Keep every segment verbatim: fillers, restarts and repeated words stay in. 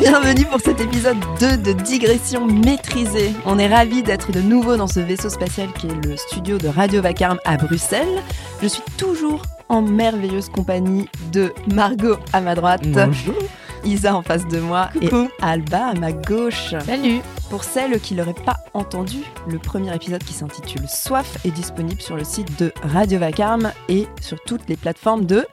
Bienvenue pour cet épisode deux de Digression maîtrisée. On est ravis d'être de nouveau dans ce vaisseau spatial qui est le studio de Radio Vacarme à Bruxelles. Je suis toujours en merveilleuse compagnie de Margot à ma droite. Bonjour. Isa en face de moi. Coucou. Et Alba à ma gauche. Salut. Pour celles qui ne l'auraient pas entendu, le premier épisode qui s'intitule Soif est disponible sur le site de Radio Vacarme et sur toutes les plateformes de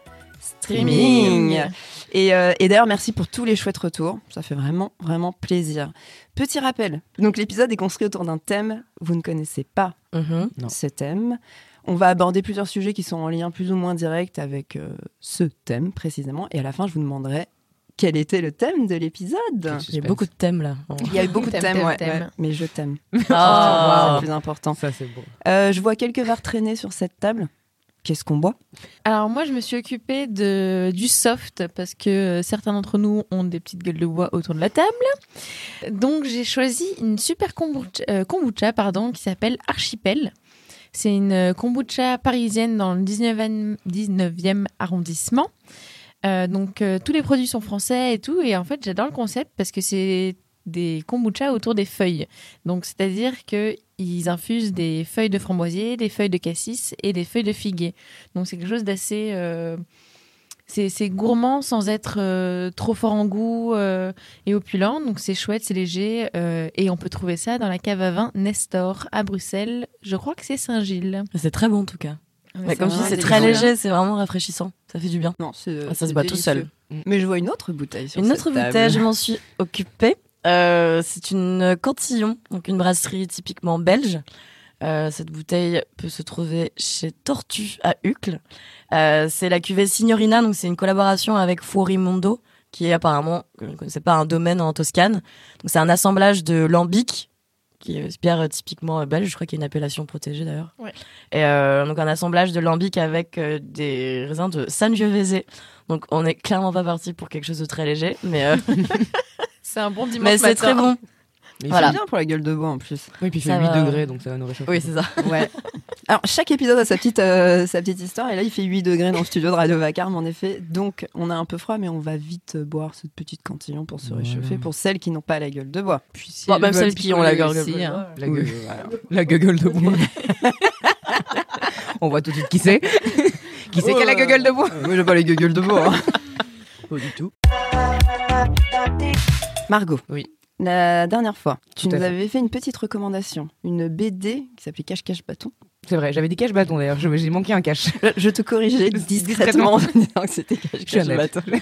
streaming. Et, euh, et d'ailleurs, merci pour tous les chouettes retours. Ça fait vraiment, vraiment plaisir. Petit rappel, donc l'épisode est construit autour d'un thème. Vous ne connaissez pas Mmh. ce thème. On va aborder plusieurs sujets qui sont en lien plus ou moins direct avec euh, ce thème précisément. Et à la fin, je vous demanderai quel était le thème de l'épisode. Il y a beaucoup de thèmes là. Il y a eu beaucoup de Thème, thèmes, thème, ouais, thème. ouais. Mais je t'aime. Oh, C'est wow. le plus important. Ça, c'est beau. Euh, je vois quelques verres traîner sur cette table. Qu'est-ce qu'on boit ? Alors moi, je me suis occupée de, du soft parce que euh, certains d'entre nous ont des petites gueules de bois autour de la table. Donc j'ai choisi une super kombucha, euh, kombucha pardon, qui s'appelle Archipel. C'est une euh, kombucha parisienne dans le dix-neuvième, dix-neuvième arrondissement. Euh, donc euh, tous les produits sont français et tout. Et en fait, j'adore le concept parce que c'est des kombucha autour des feuilles. Donc c'est-à-dire qu'ils infusent des feuilles de framboisier, des feuilles de cassis et des feuilles de figuier. Donc c'est quelque chose d'assez... Euh, c'est, c'est gourmand sans être euh, trop fort en goût euh, et opulent. Donc c'est chouette, c'est léger. Euh, et on peut trouver ça dans la cave à vin Nestor à Bruxelles. Je crois que c'est Saint-Gilles. C'est très bon en tout cas. Ouais, Mais comme je dis, vrai, c'est c'est très délicieux. léger, c'est vraiment rafraîchissant. Ça fait du bien. Non, c'est, Ah, ça se c'est boit tout délicieux. seul. Mais je vois une autre bouteille sur Une cette autre table. bouteille, je m'en suis occupée. Euh, c'est une Cantillon, donc une brasserie typiquement belge. Euh, cette bouteille peut se trouver chez Tortue à Uccle. Euh, c'est la cuvée Signorina, donc c'est une collaboration avec Fuorimondo, qui est apparemment, je ne connaissais pas, un domaine en Toscane. Donc c'est un assemblage de lambic, qui est une bière typiquement belge, je crois qu'il y a une appellation protégée d'ailleurs. Ouais. Et euh, donc un assemblage de lambic avec euh, des raisins de Sangiovese. Donc on est clairement pas parti pour quelque chose de très léger, mais, euh, C'est un bon dimanche mais c'est matin. très bon. Mais Voilà. Voilà. C'est bien pour la gueule de bois en plus. Oui, puis il Ça fait huit va. degrés, donc ça va nous réchauffer. Oui, c'est ça. Ouais. Alors, chaque épisode a sa petite, euh, sa petite histoire. Et là, il fait huit degrés dans le studio de Radio Vacarme, en effet. Donc, on a un peu froid, mais on va vite euh, boire cette petite cantillon pour se Voilà. réchauffer. Pour celles qui n'ont pas la gueule de bois. Puis si Bon, elles même veulent celles qui ont la picoler gueule de aussi, bois. hein. La, Oui. gueule, voilà. La gueule de bois. On voit tout de suite qui c'est. Qui c'est qui a la gueule de bois. Euh, Moi, j'ai pas la gueule de bois. hein. Pas du tout. Margot. Oui. La dernière fois, tu Tout à nous fait. avais fait une petite recommandation. Une B D qui s'appelait Cache-Cache Bâton. C'est vrai, j'avais des caches bâtons d'ailleurs. Je- J'ai manqué un cache. Je te corrigeais discrètement en disant que c'était Je suis Cache-Cache honnête. Bâton.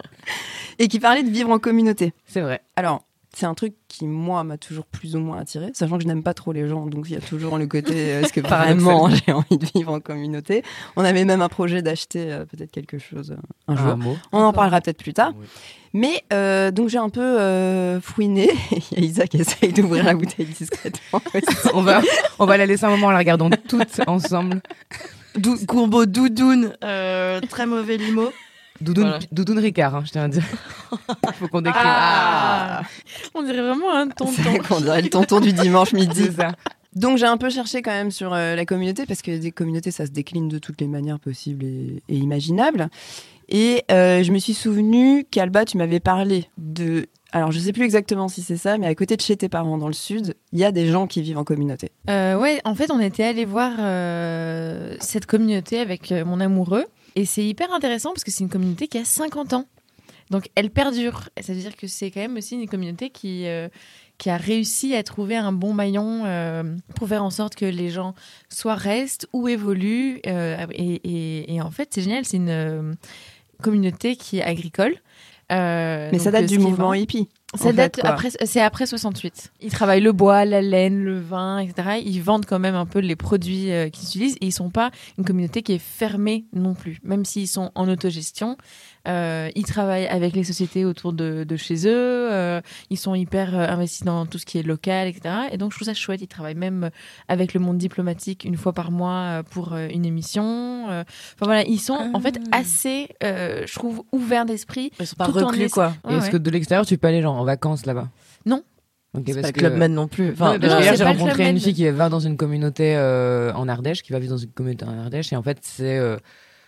Et qui parlait de vivre en communauté. C'est vrai. Alors, c'est un truc qui, moi, m'a toujours plus ou moins attiré, sachant que je n'aime pas trop les gens, donc il y a toujours le côté euh, est-ce que vraiment j'ai envie de vivre en communauté. On avait même un projet d'acheter euh, peut-être quelque chose euh, un jour. Un mot. On en parlera peut-être plus tard. Oui. Mais euh, donc j'ai un peu euh, fouiné. Il y a Isa qui essaye d'ouvrir la bouteille discrètement. On va, on va la laisser un moment en la regardant toutes ensemble. Dou- Courbeau doudoune, euh, très mauvais limo. Doudoune, Voilà. Doudoune Ricard, hein, je tiens à dire. Faut qu'on décrive. Ah. On dirait vraiment un tonton. C'est vrai qu'on dirait le tonton du dimanche midi. C'est ça. Donc j'ai un peu cherché quand même sur euh, la communauté, parce que des communautés, ça se décline de toutes les manières possibles et, et imaginables. Et euh, je me suis souvenu qu'Alba, tu m'avais parlé de... Alors je sais plus exactement si c'est ça, mais à côté de chez tes parents dans le sud, il y a des gens qui vivent en communauté. Euh, ouais, en fait, on était allé voir euh, cette communauté avec euh, mon amoureux. Et c'est hyper intéressant parce que c'est une communauté qui a cinquante ans. Donc, elle perdure. C'est-à-dire que c'est quand même aussi une communauté qui, euh, qui a réussi à trouver un bon maillon euh, pour faire en sorte que les gens soit restent ou évoluent. Euh, et, et, et en fait, c'est génial. C'est une euh, communauté qui est agricole. Euh, Mais ça donc, date euh, du ce qui est mouvement vraiment- hippie. Ça en date fait, quoi. après, c'est après soixante-huit. Ils travaillent le bois, la laine, le vin, et cetera. Ils vendent quand même un peu les produits euh, qu'ils utilisent et ils sont pas une communauté qui est fermée non plus. Même s'ils sont en autogestion, euh, ils travaillent avec les sociétés autour de, de chez eux. Euh, ils sont hyper euh, investis dans tout ce qui est local, et cetera. Et donc je trouve ça chouette. Ils travaillent même avec le monde diplomatique une fois par mois euh, pour euh, une émission. Euh, Enfin voilà, ils sont Ah. en fait assez, euh, je trouve, ouverts d'esprit. Ils sont pas Tout en reclus, essa- quoi. Et est-ce Ouais, que de l'extérieur, tu peux aller genre en vacances là-bas? Non. Ok, C'est parce pas le que- Club Med non plus. Enfin, Ouais, parce non, que hier, c'est j'ai pas le rencontré Club une Med. fille qui va dans une communauté euh, en Ardèche, qui va vivre dans une communauté en Ardèche, et en fait, c'est euh,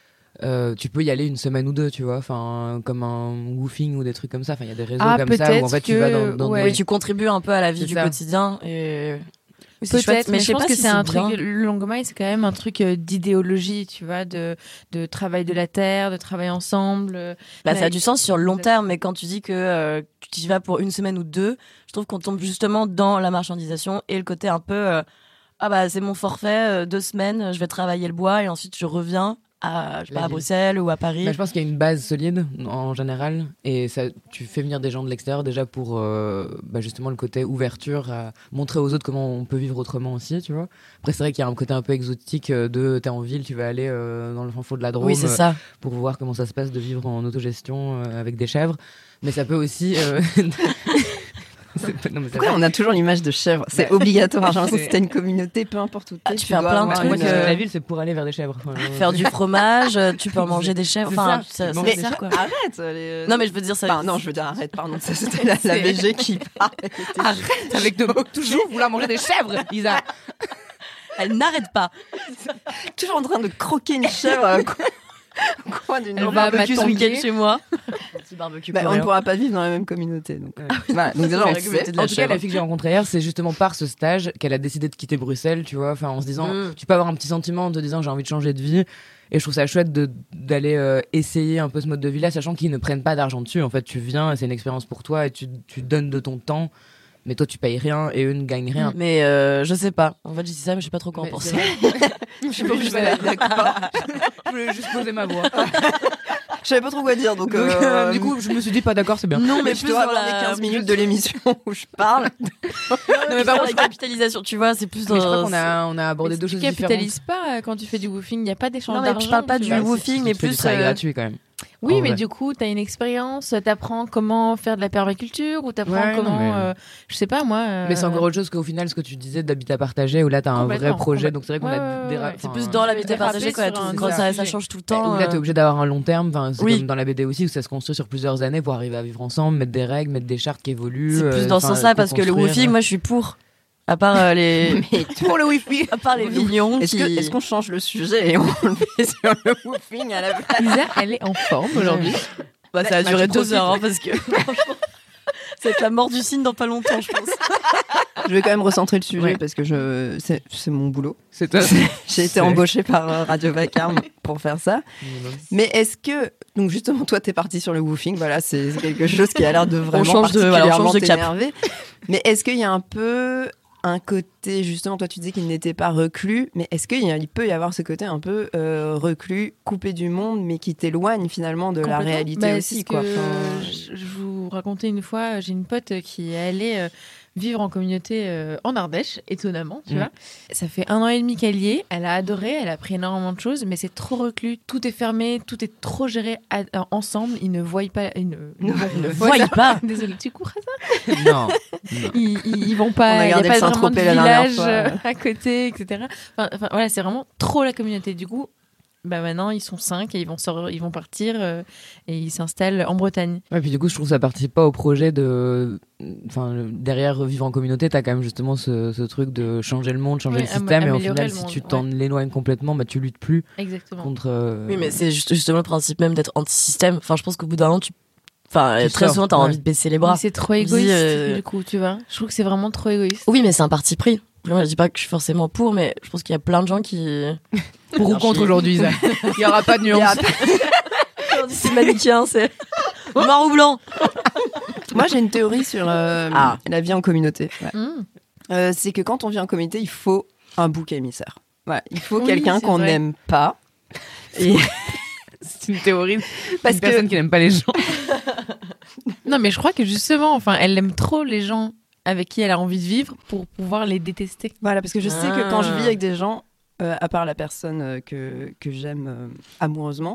euh, tu peux y aller une semaine ou deux, tu vois, enfin comme un woofing ou des trucs comme ça. Enfin, il y a des réseaux Ah, comme ça où en fait peut-être tu vas que- dans, dans ouais. des- Oui, tu contribues un peu à la vie C'est du ça. quotidien et oui, c'est chouette, Peut-être, mais, je je sais pense pas que si c'est un bien. truc. Le Longomai, c'est quand même un truc euh, d'idéologie, tu vois, de, de travail de la terre, de travail ensemble. euh, Bah, mais- ça a du sens sur le long terme, mais quand tu dis que euh, tu y vas pour une semaine ou deux, je trouve qu'on tombe justement dans la marchandisation et le côté un peu euh, ah bah c'est mon forfait, euh, deux semaines, je vais travailler le bois et ensuite je reviens à, je sais La pas, à ville. Bruxelles ou à Paris. Bah, je pense qu'il y a une base solide en général et ça, tu fais venir des gens de l'extérieur déjà pour euh, bah, justement le côté ouverture, à montrer aux autres comment on peut vivre autrement aussi, tu vois. Après c'est vrai qu'il y a un côté un peu exotique euh, de t'es en ville, tu vas aller euh, dans le fin fond de la Drôme Oui, c'est euh, ça. pour voir comment ça se passe de vivre en autogestion euh, avec des chèvres. Mais ça peut aussi... euh, c'est pas- non, mais ça Pourquoi peut- on a toujours l'image de chèvre? C'est Bah, obligatoire. J'ai l'impression c'est- que si t'as une communauté, peu importe où t'es, Ah, tu fais dois plein de avoir trucs, Moi, une, si je euh, fais la ville, c'est pour aller vers des chèvres. Enfin, euh, Faire du fromage, euh, tu peux manger des chèvres. c'est Enfin, ça. ça, Tu ça manges sert, des quoi. Arrête les- Non, mais je veux dire ça. Enfin, non, je veux dire arrête, pardon. Ça, c'était la, la C'est- V G qui parle. Arrête avec de toujours vouloir manger des chèvres, Isa. Elle n'arrête pas. Toujours en train de croquer une chèvre euh, au coin d'une Elle rue. va Barbecue ce m'attendre. week-end chez moi. Petit barbecue Bah, pour on ne rien. pourra pas vivre dans la même communauté. Donc, Ouais. voilà. Donc déjà, C'est on la sait. communauté de En la tout cas, chèvre. la fille que j'ai rencontrée hier, c'est justement par ce stage qu'elle a décidé de quitter Bruxelles, tu vois, enfin en se disant, Mm. tu peux avoir un petit sentiment en te disant j'ai envie de changer de vie. Et je trouve ça chouette de, d'aller euh, essayer un peu ce mode de vie-là, sachant qu'ils ne prennent pas d'argent dessus. En fait, tu viens, et c'est une expérience pour toi, et tu, tu donnes de ton temps, mais toi tu payes rien et eux ne gagnent rien. Mais euh, je sais pas. En fait, je dis ça, mais je sais pas trop quoi en Mais penser. c'est vrai. Je sais pas où je Je vais. D'accord. Je voulais juste poser ma voix. Je savais pas trop quoi dire. Donc, Donc, euh, euh, du coup, je me suis dit pas d'accord, c'est bien. Non, mais mais je plus dois dans avoir la... les quinze minutes de l'émission où je parle. Non, mais pas la capitalisation, tu vois, c'est plus dans... Mais je crois qu'on a, on a abordé Mais deux tu choses différentes. capitalises pas euh, quand tu fais du woofing, il n'y a pas d'échange Non, mais d'argent. je parle pas tu du vois. Bah, woofing, si, mais tu fais du plus, travail euh, gratuit quand même. Oui, En mais vrai. du coup, tu as une expérience, tu apprends comment faire de la permaculture ou tu apprends Ouais, non, comment, mais- euh, je sais pas moi. euh, Mais c'est encore autre chose qu'au final ce que tu disais d'habitat partagé où là t'as un vrai Complètement, projet complètement. donc c'est vrai qu'on Ouais, a ouais, des ouais, ra- ouais. C'est enfin, plus dans l'habitat Frapper partagé, quoi. sur un Quand ça, sujet. ça change tout le où temps. là t'es euh. obligé d'avoir un long terme, enfin c'est Oui. comme dans la B D aussi où ça se construit sur plusieurs années pour arriver à vivre ensemble, mettre des règles, mettre des chartes qui évoluent. C'est plus euh, dans ce enfin, sens-là, parce que le construire. woofing, moi, je suis pour. À part euh, les... Pour le wifi. à part les vignons Est-ce qui... que- est-ce qu'on change le sujet et on le fait sur le woofing à la place? Isa, elle est en forme aujourd'hui. Bah, ça a Bah, duré tu deux profites. heures, hein, parce que... franchement, ça va être la mort du cygne dans pas longtemps, je pense. Je vais quand même recentrer le sujet Ouais. parce que je c'est c'est mon boulot. C'est toi. J'ai été C'est- embauchée par euh, Radio Vacarme pour faire ça. Mais est-ce que donc justement toi t'es parti sur le woofing, voilà, c'est c'est quelque chose qui a l'air de vraiment change de- voilà, on particulièrement change de cap. t'énerver. Mais est-ce qu'il y a un peu un côté justement, toi tu disais qu'il n'était pas reclus, mais est-ce qu'il y a- il peut y avoir ce côté un peu euh, reclus, coupé du monde, mais qui t'éloigne finalement de la Complètement. réalité Bah, c'est aussi ce quoi. que Enfin, je, je vous racontais une fois, j'ai une pote qui est allée euh, vivre en communauté euh, en Ardèche, étonnamment, tu Mm. vois. Ça fait un an et demi qu'elle y est, elle a adoré, elle a appris énormément de choses, mais c'est trop reclus, tout est fermé, tout est trop géré à- euh, ensemble, ils ne voient pas... Ils ne, Ne ne voient pas. Désolée, tu cours à ça Non. non. ils, ils, ils vont On pas, a il n'y a gardé pas le vraiment de Saint-Tropez la dernière village fois. euh, à côté, et cetera. Enfin, enfin, voilà, c'est vraiment trop la communauté. Du coup, bah maintenant ils sont cinq et ils vont, sor- ils vont partir euh, et ils s'installent en Bretagne. Ouais, puis du coup, je trouve que ça participe pas au projet de. Enfin, le- derrière vivre en communauté, t'as quand même justement ce, ce truc de changer le monde, changer Ouais, le système, et au améliorer final, le si monde, tu t'en éloignes complètement, bah tu luttes plus Exactement. contre. euh, Oui, mais c'est juste- justement le principe même d'être anti-système. Enfin, je pense qu'au bout d'un moment, tu... Enfin, Tu très sors, souvent, t'as ouais. envie de baisser les bras. Mais c'est trop dis, égoïste euh, du coup, tu vois. Je trouve que c'est vraiment trop égoïste. Oui, mais c'est un parti pris. Moi, je dis pas que je suis forcément pour, mais je pense qu'il y a plein de gens qui... Pour ou contre aujourd'hui, Isa. Il y aura pas de il y nuance. a- c'est manichéen, c'est... Noir ou blanc. Moi j'ai une théorie sur euh, Ah. la vie en communauté. Ouais. Mmh. Euh, c'est que quand on vit en communauté, il faut un bouc émissaire. Voilà, il faut Oui, quelqu'un c'est qu'on vrai. n'aime pas. Et C'est une théorie parce d'une que personne qui n'aime pas les gens. Non, mais je crois que justement, enfin, elle aime trop les gens avec qui elle a envie de vivre pour pouvoir les détester. voilà, parce que je sais que quand je Ah. vis avec des gens, euh, à part la personne euh, que que j'aime euh, amoureusement,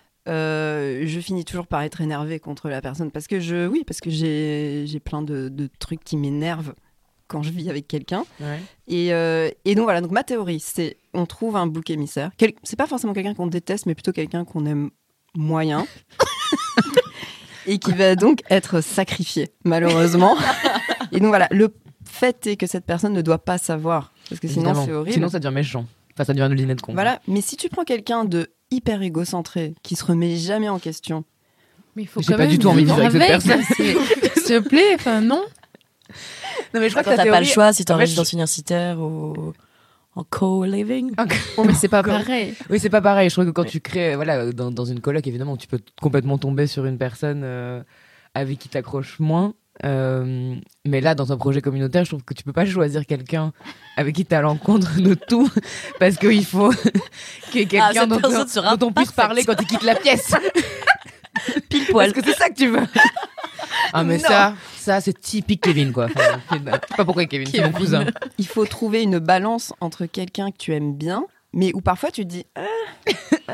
euh, je finis toujours par être énervée contre la personne parce que je, oui, parce que j'ai j'ai plein de, de trucs qui m'énervent quand je vis avec quelqu'un. Ouais. Et, euh, et donc voilà, donc ma théorie, c'est on trouve un bouc émissaire. Quel- c'est pas forcément quelqu'un qu'on déteste, mais plutôt quelqu'un qu'on aime moyen. Et qui va donc être sacrifié, malheureusement. Et donc voilà, le fait est que cette personne ne doit pas savoir, parce que sinon Évidemment. c'est horrible. Sinon, ça devient méchant. Enfin, ça devient une dîner de con. Voilà, mais si tu prends quelqu'un de hyper égocentré, qui se remet jamais en question. Mais il faut J'ai quand pas même du tout envie de vivre avec cette personne. c'est- S'il te plaît, enfin non. Non, mais je crois Quand que t'as ta pas le théorie- choix, si t'es en en fait, résidence universitaire ou en co-living. Oh, mais c'est pas pareil. Oui, c'est pas pareil. Je trouve que quand tu crées, voilà, dans, dans une coloc, évidemment, tu peux complètement tomber sur une personne euh, avec qui t'accroches moins. Euh, mais là, dans un projet communautaire, je trouve que tu peux pas choisir quelqu'un avec qui t'es à l'encontre de tout, parce qu'il faut qu'il y ait quelqu'un Ah, cette dont, personne sera dont on puisse parfaite. parler quand il quitte la pièce. Pile poil. Parce que c'est ça que tu veux. Ah, mais Non. ça, ça, c'est typique Kevin, quoi. Enfin, je sais pas pourquoi Kevin, c'est mon cousin. Il faut trouver une balance entre quelqu'un que tu aimes bien, mais où parfois tu te dis ah, ah,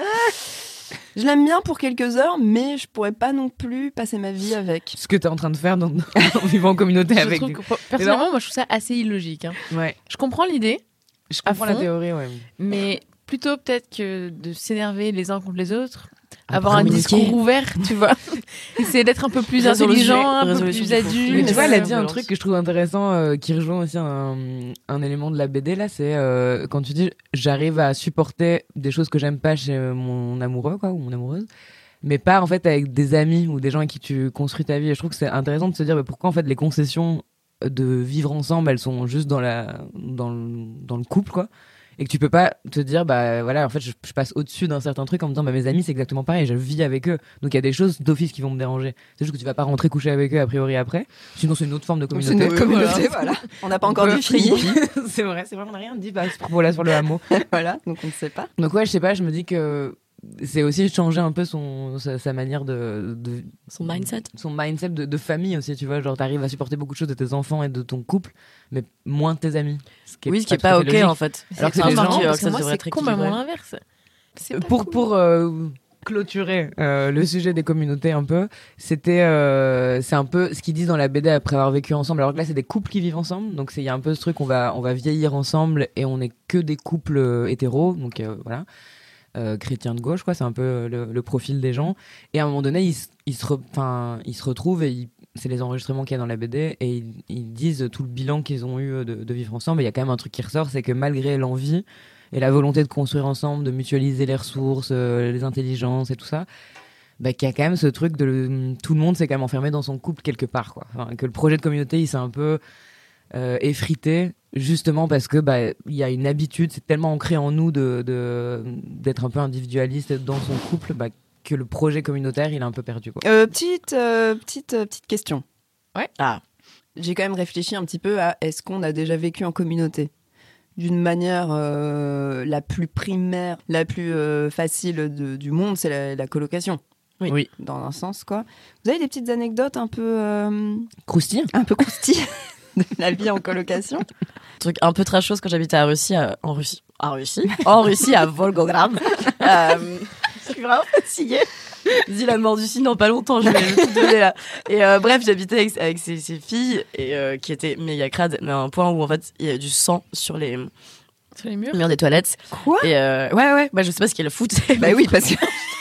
je l'aime bien pour quelques heures, mais je pourrais pas non plus passer ma vie avec. Ce que t'es en train de faire dans, en vivant en communauté Je avec. trouve que, personnellement, moi, je trouve ça assez illogique. hein. Ouais. Je comprends l'idée, Je À comprends la fond. théorie, ouais. mais plutôt peut-être que de s'énerver les uns contre les autres, Ah, avoir un communiquer. discours ouvert, tu vois. Essayer d'être un peu plus Résolution- intelligent, un peu résolution plus du conflit. adulte. Mais tu vois, elle a dit un violence. truc que je trouve intéressant, euh, qui rejoint aussi un, un élément de la B D, là, c'est euh, quand tu dis j'arrive à supporter des choses que j'aime pas chez mon amoureux, quoi, ou mon amoureuse, mais pas en fait avec des amis ou des gens avec qui tu construis ta vie. Et je trouve que c'est intéressant de se dire mais pourquoi en fait les concessions de vivre ensemble, elles sont juste dans, la, dans, le, dans le couple, quoi. Et que tu peux pas te dire, bah voilà, en fait, je, je passe au-dessus d'un certain truc en me disant, bah mes amis, c'est exactement pareil, je vis avec eux. Donc il y a des choses d'office qui vont me déranger. C'est juste que tu vas pas rentrer coucher avec eux a priori après. Sinon, c'est une autre forme de Donc, c'est communauté. notre communauté, voilà. On n'a pas encore Un peu défini. freaky. C'est vrai, c'est vrai, on n'a rien dit bah, à ce propos-là sur le hameau. Voilà, donc on ne sait pas. Donc ouais, je sais pas, je me dis que c'est aussi changer un peu son, sa, sa manière de, de Son mindset. son mindset de, de famille aussi, tu vois, genre t'arrives à supporter beaucoup de choses de tes enfants et de ton couple, mais moins de tes amis. Ce qui est Oui, ce qui est tout à pas fait ok logique. en fait. Alors que c'est c'est les un gens- truc, parce que que ça moi, devrait c'est être complètement équilibré. l'inverse. C'est pas Pour, cool. pour euh, clôturer euh, le sujet des communautés un peu, c'était euh, c'est un peu ce qu'ils disent dans la B D après avoir vécu ensemble. Alors que là, c'est des couples qui vivent ensemble, donc c'est- il y a un peu ce truc, on va on va vieillir ensemble et on n'est que des couples euh, hétéros, donc euh, voilà. Euh, chrétiens de gauche, quoi, c'est un peu euh, le, le profil des gens. Et à un moment donné, ils, s- ils, se, re- 'fin, ils se retrouvent et ils- c'est les enregistrements qu'il y a dans la B D et ils, ils disent tout le bilan qu'ils ont eu de, de vivre ensemble. Et il y a quand même un truc qui ressort, c'est que malgré l'envie et la volonté de construire ensemble, de mutualiser les ressources, euh, les intelligences et tout ça, bah, qu'il y a quand même ce truc de le- tout le monde s'est quand même enfermé dans son couple quelque part, quoi. Enfin, que le projet de communauté, il s'est un peu euh, effrité. Justement parce que bah il y a une habitude, c'est tellement ancré en nous de, de d'être un peu individualiste dans son couple, bah, que le projet communautaire il est un peu perdu, quoi. Euh, petite, euh, petite, euh, petite question. Ouais. Ah. J'ai quand même réfléchi un petit peu à est-ce qu'on a déjà vécu en communauté d'une manière euh, la plus primaire, la plus euh, facile de- du monde, c'est la, la colocation. Oui. Oui. Dans un sens, quoi. Vous avez des petites anecdotes un peu, euh, Croustillant. un peu croustilles de la vie en colocation? Truc un peu trash chose quand j'habitais à Russie, à- en Russie, en Russie, en Russie à Volgograd. Euh, je suis vraiment fatiguée. Dis la mort du signe dans pas longtemps, je vais je vais tout donner là. Et euh, bref, j'habitais avec, avec ces, ces filles et euh, qui étaient méga crades, mais à un point où en fait il y a du sang sur les Sur les murs. murs des toilettes. Quoi? Et euh, ouais ouais, bah je sais pas ce qu'elle foutait. Bah oui, parce que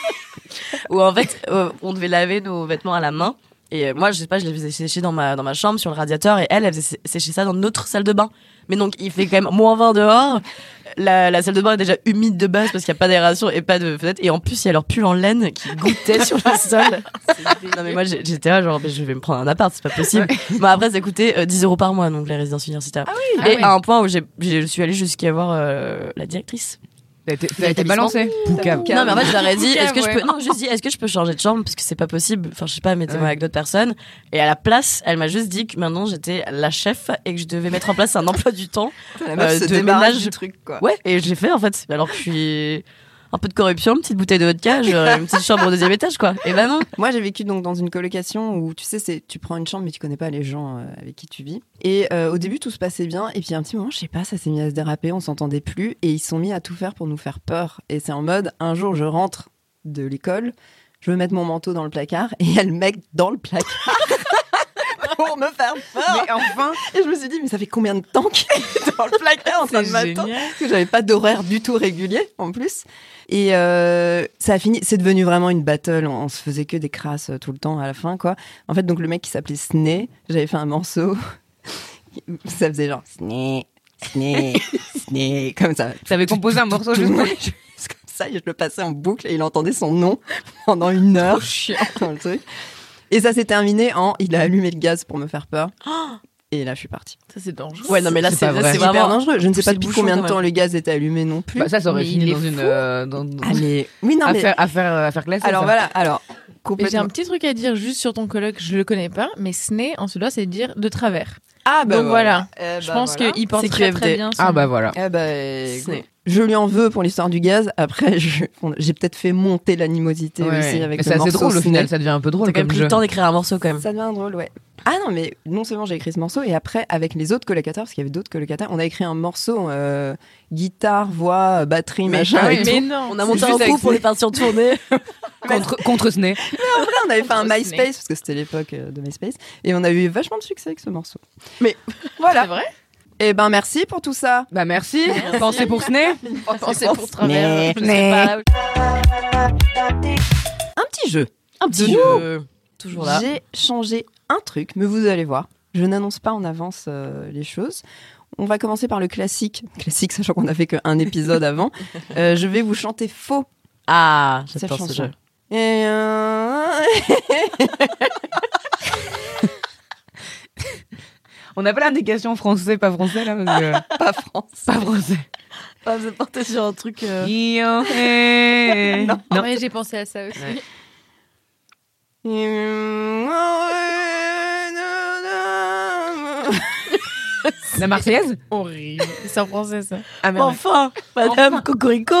Où en fait euh, on devait laver nos vêtements à la main. Et euh, moi, je sais pas, je les faisais sécher dans ma, dans ma chambre sur le radiateur et elle, elle faisait sé- sécher ça dans notre salle de bain. Mais donc, il fait quand même moins vingt dehors. La, la salle de bain est déjà humide de base parce qu'il n'y a pas d'aération et pas de fenêtre. Et en plus, il y a leur pull en laine qui goûtait sur le sol. Non, mais moi, j'ai- j'étais là, genre, mais je vais me prendre un appart, c'est pas possible. Mais après, ça coûtait euh, dix euros par mois, donc les résidences universitaires. Ah et oui. à un point où j'ai, je suis allée jusqu'à voir euh, la directrice. T'as été, t'as été L'établissement. balancé. Poucave. Poucave. Non, mais en fait, je leur ai dit, Poucave, est-ce que je ouais. peux, non, je dis, est-ce que je peux changer de chambre parce que c'est pas possible. Enfin, je sais pas, mettez-moi Ouais. avec d'autres personnes. Et à la place, elle m'a juste dit que maintenant j'étais la chef et que je devais mettre en place un emploi du temps. la meuf Euh, se de débarrasse ménage. du truc, quoi. Ouais, et j'ai fait en fait. Alors que je suis un peu de corruption, une petite bouteille de vodka, j'aurais une petite chambre au deuxième étage, quoi. Et ben non. Moi, j'ai vécu donc dans une colocation où, tu sais, c'est tu prends une chambre mais tu connais pas les gens euh, avec qui tu vis. Et euh, au début, tout se passait bien. Et puis, à un petit moment, je sais pas, ça s'est mis à se déraper, on s'entendait plus. Et ils se sont mis à tout faire pour nous faire peur. Et c'est en mode, un jour, je rentre de l'école, je veux mettre mon manteau dans le placard. Et il y a le mec dans le placard pour me faire peur. Mais enfin, Et je me suis dit, mais ça fait combien de temps qu'il est dans le placard en train de C'est m'attendre? génial. Parce que j'avais pas d'horaire du tout régulier en plus. Et euh, ça a fini, c'est devenu vraiment une battle. On, on se faisait que des crasses euh, tout le temps à la fin, quoi. En fait, donc le mec qui s'appelait Sné, j'avais fait un morceau. Ça faisait genre Sné, Sné, Sné, comme ça. t'avais composé un morceau Tout juste le pour... monde, juste comme ça et je le passais en boucle et il entendait son nom pendant une heure. Trop chiant. Dans le truc. Et ça s'est terminé en il a allumé le gaz pour me faire peur. Et là, je suis partie. Ça, c'est dangereux. Ouais, non, mais là, C'est c'est, pas là, vrai. c'est C'est hyper vraiment. dangereux. Je ne sais pas c'est depuis bouchon, combien de quand temps même. le gaz était allumé non plus. Bah, ça, ça aurait Mais fini il dans est une. fou. euh, dans, dans- Ah, mais oui, non, mais affaire, affaire, euh, affaire classée. alors ça. voilà, alors Mais j'ai complètement. un petit truc à dire juste sur ton colloque, je le connais pas, mais Sné, en suédois, c'est dire de travers. Ah Donc voilà. Eh je bah, pense voilà. qu'il porte C'est très Q F D. très bien son... Ah bah voilà. Eh bah, Sné. écoute, je lui en veux pour l'histoire du gaz. Après, je- j'ai peut-être fait monter l'animosité Ouais. aussi avec Mais le c'est assez morceau drôle au Sné. final, ça devient un peu drôle T'as quand même comme pris jeu. le temps d'écrire un morceau quand même. Ça devient drôle, ouais. Ah non, mais non seulement j'ai écrit ce morceau, et après, avec les autres colocataires, parce qu'il y avait d'autres colocataires, on a écrit un morceau euh, guitare, voix, batterie, Mais- machin. ah et oui, tout. Mais non. On a monté C'est un juste avec coup pour Sné. les partir en tournée. Contre, contre ce nez. Après, on avait fait un Trop MySpace, Sné. parce que c'était l'époque euh, de MySpace, et on a eu vachement de succès avec ce morceau. Mais voilà. C'est vrai. Et ben merci pour tout ça. Bah merci. Pensez pour ce nez. Pensez pour travers. Né, je sais né. pas. Un petit jeu. un petit De jeu. Toujours là. J'ai changé un truc, mais vous allez voir. Je n'annonce pas en avance euh, les choses. On va commencer par le classique. Classique, sachant qu'on n'a fait qu'un épisode avant. Euh, je vais vous chanter faux. Ah, Cette j'adore ce chanson. jeu. Et euh, On n'a pas l'indication français, pas français là. Parce que... pas France. Pas français. Ah, vous êtes porté sur un truc. euh, Io, eh. Non. Non. Ouais, j'ai pensé à ça aussi. Ouais. La Marseillaise. Horrible. C'est en français ça. Ah Mais enfin, Madame Cocorico.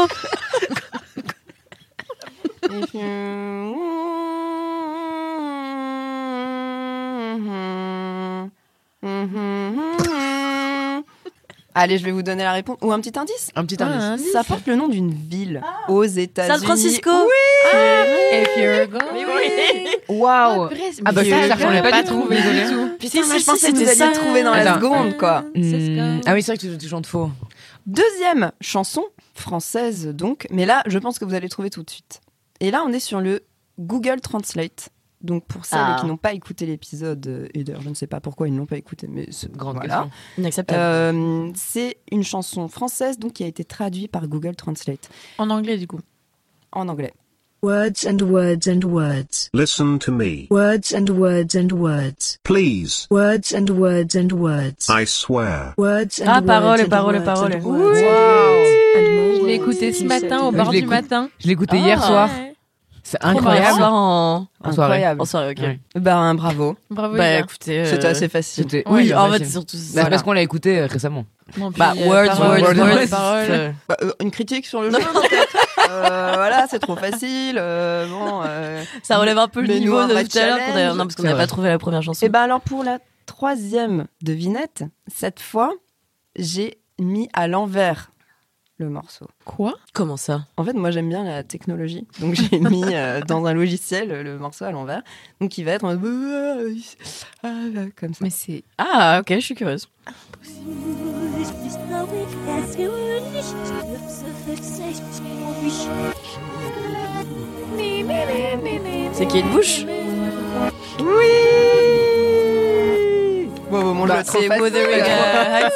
Allez, je vais vous donner la réponse. Ou un petit indice. Un petit Ah, indice. un indice. Ça porte le nom d'une ville aux États-Unis. San Francisco. If you're going. Mais oui. Waouh. Ah bah, je ça, je l'ai pas du tout, désolé. Putain, Si, mais si, je pensais si, que vous c'était alliez ça. trouver dans la Attends. seconde, quoi. Hmm. Ah oui, c'est vrai que tu, tu chantes faux. Deuxième chanson, française donc, mais là, je pense que vous allez trouver tout de suite. Et là, on est sur le Google Translate. Donc, pour celles Ah. qui n'ont pas écouté l'épisode, euh, et d'ailleurs, je ne sais pas pourquoi ils ne l'ont pas écouté, mais c'est- Grande voilà. question. Inacceptable. Euh, c'est une chanson française donc, qui a été traduite par Google Translate En anglais du coup. en anglais. Words and words and words. Listen to me. Words and words and words. Please. Words and words and words. I swear. Words and Ah, words paroles, and paroles, words paroles. and words. Oui. And more Je l'ai words écouté to ce be matin said. au Je bar du l'écoute. matin. Je l'ai écouté Ah. hier soir. Ouais. C'est Hier incroyable. soir en. En soirée. Incroyable. En soirée, ok. Ouais. Ben, bravo. Bravo. Bah les gars. écoutez. euh, C'était assez facile. C'était. Oui, ouais, en bah, fait, c'est- surtout. Bah, voilà. c'est parce qu'on l'a écouté euh, récemment. Non, puis, Bah, euh, words, paroles, words, paroles, words. paroles. Euh, Bah, euh, une critique sur le jeu, peut-être. Euh, voilà, c'est trop facile. euh, bon, euh, Ça relève un peu le Mais nous, niveau un de vrai tout à l'heure. qu'on a- challenge. Non, parce qu'on C'est n'a vrai. pas trouvé la première chanson. Et ben alors pour la troisième devinette, cette fois, j'ai mis à l'envers le morceau. Quoi? Comment ça? En fait, moi j'aime bien la technologie, donc j'ai mis euh, dans un logiciel le morceau à l'envers, donc il va être en mode ah, comme ça. Mais c'est. Ah, ok, je suis curieuse. C'est qui une bouche? Oui. Bon, bon, mon Bah, jeu est trop c'est facile. Wuthering Heights.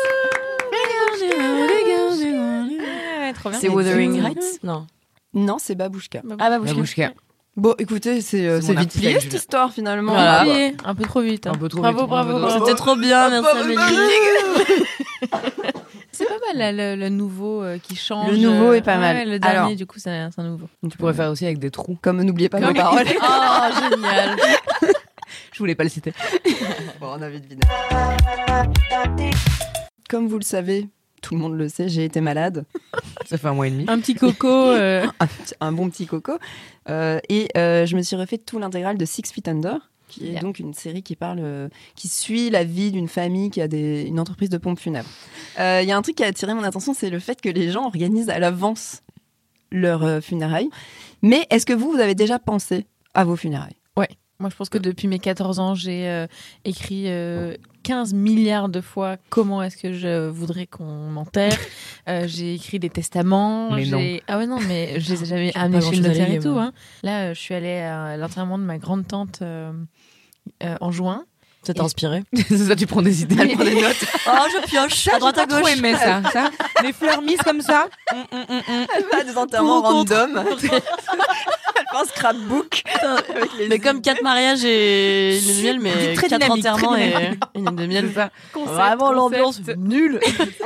Ouais, trop bien. C'est Wuthering Heights? Non. Non, c'est Babouchka. Ah, bah, Babouchka. Bon, écoutez, c'est euh, C'est c'est mon vite artiste plié avec cette Julien. histoire finalement. Voilà. Oublié. Un peu trop vite. hein. Un peu trop bravo, vite. bravo, Bravo, bravo. C'était trop bien, merci Amélie. C'est pas mal là, le, le nouveau euh, qui change. Le nouveau euh, est pas mal. ouais, le dernier, Alors. du coup, c'est c'est un nouveau. Tu pourrais faire aussi avec des trous. Comme n'oubliez pas Comme- vos paroles. Oh, génial. Je voulais pas le citer. Bon, on avait deviné. Comme vous le savez, tout le monde le sait, j'ai été malade. Ça fait un mois et demi. Un petit coco. euh, un, petit- un bon petit coco. Euh, et euh, je me suis refait tout l'intégral de Six Feet Under, qui est Yeah. donc une série qui parle, euh, qui suit la vie d'une famille qui a des, une entreprise de pompes funèbres. Euh, Il y a un truc qui a attiré mon attention, c'est le fait que les gens organisent à l'avance leurs euh, funérailles. Mais est-ce que vous, vous avez déjà pensé à vos funérailles? Moi, je pense que depuis mes quatorze ans, j'ai euh, écrit euh, quinze milliards de fois comment est-ce que je voudrais qu'on m'enterre. Euh, j'ai écrit des testaments. Mais j'ai- Ah ouais, non, mais je les ai jamais J'ai amenés pas chez le grand-chose à notaire et lier, tout. moi. Hein. Là, euh, je suis allée à l'enterrement de ma grande-tante euh, euh, en juin. Ça t'a inspiré? C'est ça, tu prends des idées. Elle prend des notes. Oh, je pioche à droite à J'ai pas trop gauche. aimé ça, ça. Les fleurs mises comme ça. Mm, mm, mm, mm. Elle va à des enterrements Pour ou contre. random. Elle fait un scrapbook. avec les Mais comme quatre mariages et une lune de miel, Dis mais très quatre dynamique, enterrements très et dynamique. une lune de miel. C'est ça. Vraiment l'ambiance nulle.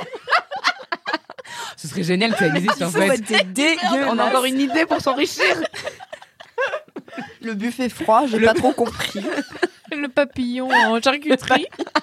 Ce serait génial que ça existe en fait. C'était dégueulasse. On a encore une idée pour s'enrichir. Le buffet froid, j'ai pas trop compris. Le papillon en charcuterie.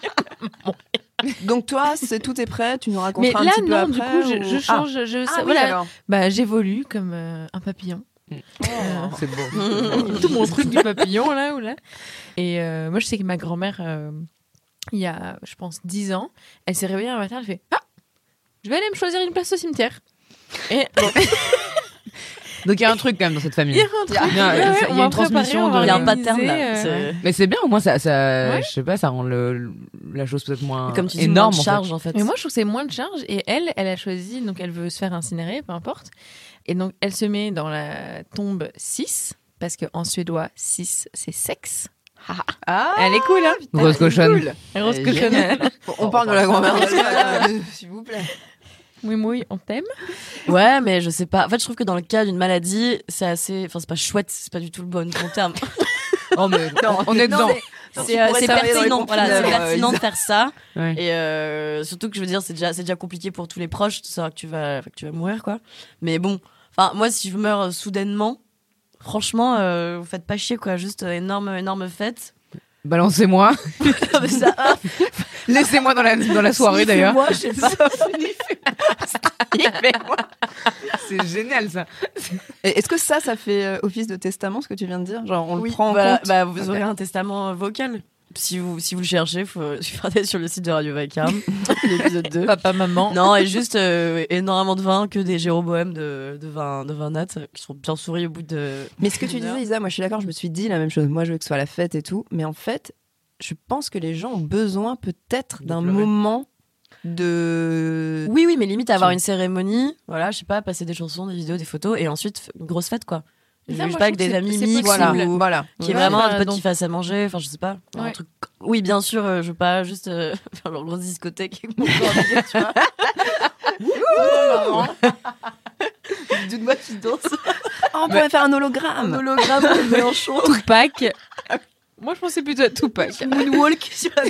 Donc toi, c'est tout est prêt, tu nous Mais raconteras un là, petit peu non, après. du coup, je, ou- je change. Je, Ah, ça- ah, oui, voilà. alors. Bah, j'évolue comme euh, un papillon. C'est beau. Tout mon truc du papillon, là, ou là. Et euh, moi, je sais que ma grand-mère, euh, il y a, je pense, dix ans, elle s'est réveillée un matin, elle fait « Ah, je vais aller me choisir une place au cimetière. » Et bon, Donc il y a un truc quand même dans cette famille. il y a un truc. Il y a- ouais, il y a ouais, une on va transmission préparer, on de- va Il y a un organiser, pattern là. euh, C'est- Mais c'est bien, au moins ça, ça Ouais. je sais pas, ça rend le, la chose peut-être moins Comme tu dis, énorme. moins de en fait. charge en fait. Mais moi, je trouve que c'est moins de charge. Et elle, elle a choisi, donc elle veut se faire incinérer, peu importe. Et donc, elle se met dans la tombe six, parce qu'en suédois, six, c'est sexe. Ah, Elle est cool, hein Grosse cochonne. cool. Grosse Elle est cochonne. géniale. Bon, on parle de la grand-mère. euh, S'il vous plaît. Oui, oui, on t'aime. Ouais, mais je sais pas. En fait, je trouve que dans le cas d'une maladie, c'est assez. Enfin, c'est pas chouette, c'est pas du tout le bon, bon terme. Oh, mais on est dedans. C'est euh, pourrais c'est travailler dans les pertinent, pompes voilà, c'est funèbres, pertinent euh, de faire ça. Ouais. Et euh, surtout que je veux dire, c'est déjà, c'est déjà compliqué pour tous les proches de savoir que tu vas, que tu vas mourir, quoi. Mais bon, enfin, moi, si je meurs euh, soudainement, franchement, euh, vous faites pas chier, quoi. Juste euh, énorme, énorme fête. Balancez-moi. Non, mais ça, ah, Laissez-moi dans la, dans la soirée d'ailleurs. moi, je sais pas. C'est génial ça. Et est-ce que ça, ça fait euh, office de testament, ce que tu viens de dire? Genre, on Oui, le prend en voilà, compte? bah, vous aurez un testament vocal. Si vous, si vous le cherchez, il faut regarder sur le site de Radio Vacarme, l'épisode deux. Papa, maman. Non, et juste euh, énormément de vin, que des Jéroboèmes de, de vin, de vin nat, qui sont bien souris au bout de. Mais ce que tu disais, Isa, moi je suis d'accord, je me suis dit la même chose. Moi je veux que ce soit la fête et tout. Mais en fait, je pense que les gens ont besoin peut-être De d'un pleurer. moment de. Oui, oui, mais limite avoir une cérémonie, voilà, je sais pas, passer des chansons, des vidéos, des photos, et ensuite une grosse fête, quoi. Je Ça, sais moi, pas, je avec trouve des que amis c'est- c'est mixtes, Voilà, possible. ou- voilà. qui est Ouais, vraiment bah, un pote donc- qui fasse à manger, enfin je sais pas, un Ouais. truc. Oui, bien sûr, euh, je veux pas juste euh, faire leur grosse discothèque avec mon corps, tu vois. D'une-moi qui danse. Oh, on pourrait faire un hologramme. Un hologramme de Mélenchon. Tupac. Moi, je pensais plutôt à Tupac. Moonwalk sur la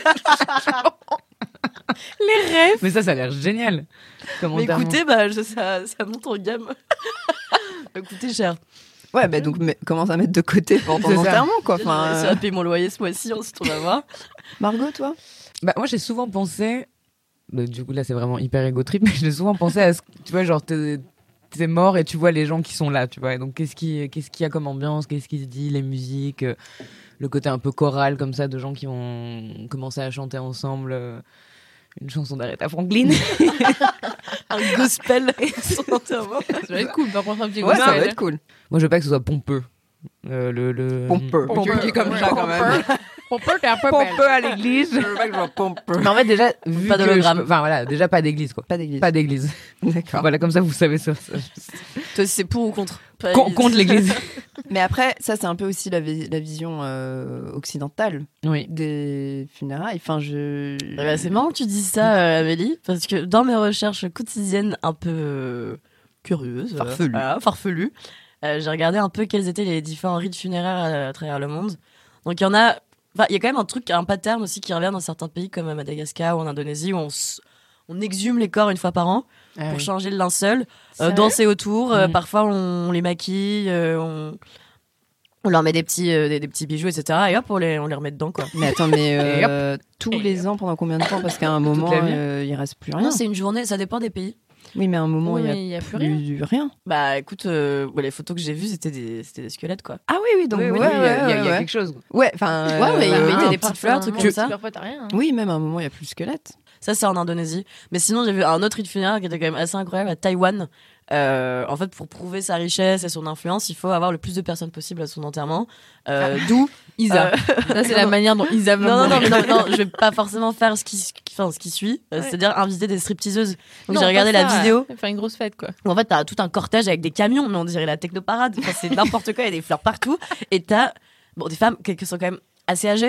Les rêves. Mais ça, ça a l'air génial. Comme Mais enterrement. écoutez, bah, je- ça, ça monte en gamme. Ça coûtait cher. Ouais, bah donc mais, commence à mettre de côté pour ton C'est ça. enterrement, quoi. Enfin, Enfin, ça euh, va payer mon loyer ce mois-ci, ensuite on va voir. Margot, toi? Bah, moi, j'ai souvent pensé. bah, du coup, là, c'est vraiment hyper égo trip, mais j'ai souvent pensé à ce tu vois, genre, t'es t'es mort et tu vois les gens qui sont là, tu vois. Et donc, qu'est-ce qui- qu'est-ce qu'il y a comme ambiance, qu'est-ce qui se dit, les musiques, euh, le côté un peu choral, comme ça, de gens qui ont commencé à chanter ensemble euh, une chanson d'Aretha Franklin. Un gospel son enterrement. Ça va être cool, par contre, un petit Ouais, ça va gospel. être cool. Moi, je veux pas que ce soit pompeux. Euh, le, le... Pompeux. Tu le dis comme ça, quand même. Pompeux, t'es un peu belle. Pompeux à l'église. Je veux pas que je vois pompeux. Mais en fait, déjà, vu Pas que d'hologramme. je- Enfin, voilà, déjà pas d'église, quoi. Pas d'église. Pas d'église. D'accord. Voilà, comme ça, vous savez ça. ça. Toi, c'est pour ou contre Pas Con- église. contre l'église. Mais après, ça, c'est un peu aussi la, vi- la vision euh, occidentale Oui. des funérailles. Enfin, je. Eh ben, c'est marrant que tu dises ça, euh, Amélie, parce que dans mes recherches quotidiennes un peu euh, curieuses, Farfelues. euh, voilà, farfelues, euh, j'ai regardé un peu quels étaient les différents rites funéraires à, à travers le monde. Donc il y en a, enfin il y a quand même un truc, un pattern aussi qui revient dans certains pays comme à Madagascar ou en Indonésie où on, s- on exhume les corps une fois par an pour changer le linceul, euh, Sérieux danser autour. euh, Mm. parfois on les maquille, euh, on, on leur met des petits, euh, des, des petits bijoux, et cetera. Et hop, on les, on les remet dedans quoi. Mais attends, mais Et euh, tous les ans, pendant combien de temps? Parce qu'à un moment, la vie. euh, il reste plus rien. Non, c'est une journée, ça dépend des pays. Oui, mais à un moment, Oui, il y a mais il y a plus plus rien. du rien. Bah écoute, euh, ouais, les photos que j'ai vues, c'était des, c'était des squelettes quoi. Ah oui, oui, donc Oui, oui, ouais, il y a- il y a, ouais, il y a ouais. quelque chose. Ouais, enfin. Ouais, mais il y a- euh, mais il y a oui. des petites fleurs, trucs comme ça. Parfois, t'as rien. hein. Oui, même à un moment, il y a plus de squelette. Ça, c'est en Indonésie. Mais sinon, j'ai vu un autre rite funéraire qui était quand même assez incroyable à Taïwan. Euh, en fait, pour prouver sa richesse et son influence, il faut avoir le plus de personnes possible à son enterrement. Euh, D'où Isa. Euh, Ça, c'est la manière dont Isa veut non, non, non, mourir. mais non, non, je vais pas forcément faire ce qui, ce qui- enfin, ce qui suit, euh, Ouais. c'est-à-dire inviter des stripteaseuses. Donc Non, j'ai regardé pas la ça. vidéo. Faire une grosse fête, quoi. Où en fait, t'as tout un cortège avec des camions, mais on dirait la technoparade. Enfin, c'est n'importe quoi, il y a des fleurs partout. Et t'as bon, des femmes qui qui sont quand même assez âgées,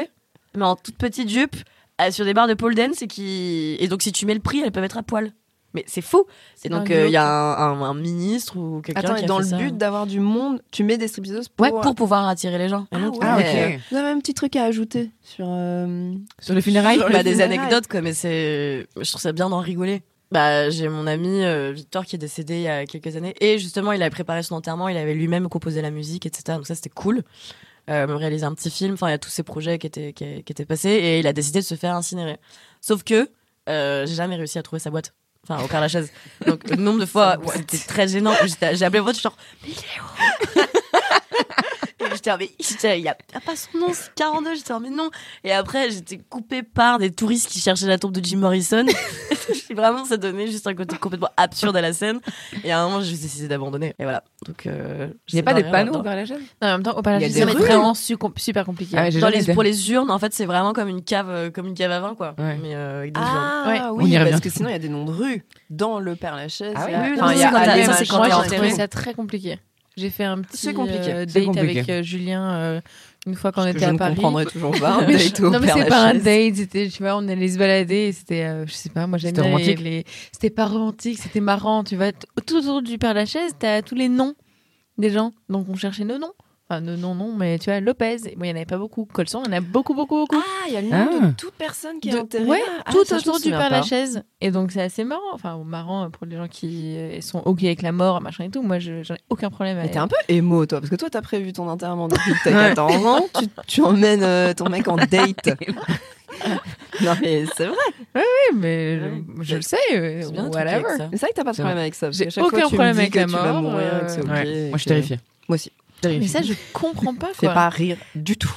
mais en toute petite jupe, euh, sur des barres de pole dance, et qui et donc si tu mets le prix, elles peuvent être à poil. Mais c'est faux. Et donc il euh, y a un, un, un ministre ou quelqu'un Attends, qui et a dans fait le ça. but d'avoir du monde, tu mets des stripteaseuses pour... Ouais, pour pouvoir attirer les gens. Ah, donc, ouais. Ah, ok. Vous avez un petit truc à ajouter sur... Euh... Sur les funérailles Sur bah, les des funérailles. anecdotes, quoi, mais c'est... Je trouve ça bien d'en rigoler. Bah, j'ai mon ami euh, Victor qui est décédé il y a quelques années. Et justement, il avait préparé son enterrement, il avait lui-même composé la musique, et cetera. Donc ça, c'était cool. Euh, me réaliser un petit film. Enfin, il y a tous ces projets qui étaient, qui, qui étaient passés. Et il a décidé de se faire incinérer. Sauf que euh, j'ai jamais réussi à trouver sa boîte. Enfin, au Père Lachaise. Donc, le nombre de fois où c'était très gênant. J'étais- J'ai appelé la boîte, je suis genre, mais il est où? Et j'étais, mais j'étais, il y a pas son nom, c'est quarante-deux. J'étais, mais non. Et après, j'étais coupée par des touristes qui cherchaient la tombe de Jim Morrison. Vraiment, ça donnait juste un côté complètement absurde à la scène. Et à un moment, j'ai juste décidé d'abandonner. Et voilà. Donc, euh, Il n'y a pas des panneaux au Père Lachaise? Non, en même temps, au Père Il y a Lachaise, des ça va être rues. vraiment su- com- super compliqué. Ah ouais, j'ai Dans jamais les, été. pour les urnes, en fait, c'est vraiment comme une cave, euh, comme une cave à vin, quoi. Ouais. Mais euh, avec des urnes. Ah Ouais. On oui, y parce revient. que sinon il y a des noms de rues dans le Père Lachaise. Ah oui, il y a- oui, enfin, non, il y a c'est quand Allée, t'as- ça, c'est machin, quand Moi, t'es j'ai enterré. trouvé ça très compliqué. J'ai fait un petit C'est compliqué. euh, C'est date compliqué. avec euh, Julien euh, une fois qu'on que était je à ne Paris. comprendrai toujours pas. un Mais date je- au non mais Père c'est pas un Lachaise. date, c'était tu vois on allait se balader et c'était euh, je sais pas moi j'aime C'était bien les, romantique. les- c'était pas romantique, c'était marrant, tu vois, t- tout autour du Père Lachaise, t'as tous les noms des gens, donc on cherchait nos noms. Enfin, nos noms, non, mais tu vois, Lopez. Bon, il n'y en avait pas beaucoup. Colson, il y en a beaucoup, beaucoup, beaucoup. Ah, il y a le nom Ah. de toute personne qui est De- enterrée. ouais, là. Ah, tout ça, je me autour du souviens Père pas. Lachaise. Et donc, c'est assez marrant. Enfin, marrant pour les gens qui euh, sont OK avec la mort, machin et tout. Moi, je, j'en ai aucun problème Mais avec t'es un peu émo, toi, parce que toi, t'as prévu ton enterrement depuis que t'as quatorze ans. Tu, tu emmènes euh, ton mec en date. Non, mais c'est vrai. Oui, mais je, je le sais. euh, C'est bien un truc avec whatever. ça. Mais c'est vrai que t'as pas de C'est problème avec ça. parce J'ai qu'à chaque aucun fois, tu me problème dis avec que la tu vas mort, mourir, euh, que c'est ok, Ouais. et Moi, je suis que- terrifiée. Moi aussi. Mais ça, je comprends pas, Fais quoi. pas rire du tout.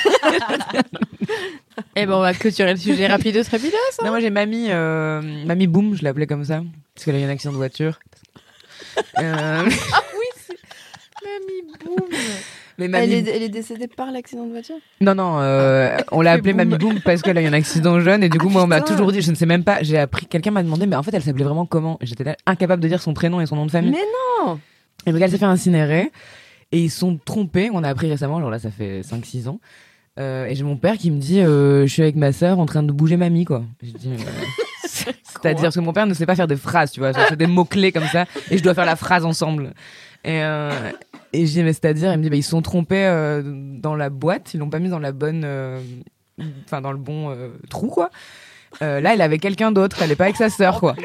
Eh ben, on va clôturer le sujet rapidos, rapidos. hein. Non, moi j'ai mamie, euh, mamie Boom, je l'appelais comme ça, parce qu'elle a eu un accident de voiture. Euh, Mamie Boum. mais Elle mamie, est, elle est décédée par l'accident de voiture. non non, euh, on l'a fait appelée Boom. mamie Boom parce qu'elle a eu un accident jeune et du coup Ah, moi on m'a putain. toujours dit, je ne sais même pas, j'ai appris, quelqu'un m'a demandé, mais en fait elle s'appelait vraiment comment? J'étais là incapable de dire son prénom et son nom de famille. Mais non. Et donc elle s'est fait incinérer et ils sont trompés. On a appris récemment, genre là ça fait cinq six ans. Euh, et j'ai mon père qui me dit euh, je suis avec ma sœur en train de bouger mamie quoi. Je dis euh, c'est-à-dire parce que mon père ne sait pas faire des phrases, tu vois, genre, c'est des mots clés comme ça et je dois faire la phrase ensemble. Et euh, et je dis mais c'est-à-dire il me dit bah ils se sont trompés euh, dans la boîte, ils l'ont pas mis dans la bonne euh, enfin dans le bon euh, trou quoi. Euh, là, elle avait quelqu'un d'autre, elle est pas avec sa sœur, quoi.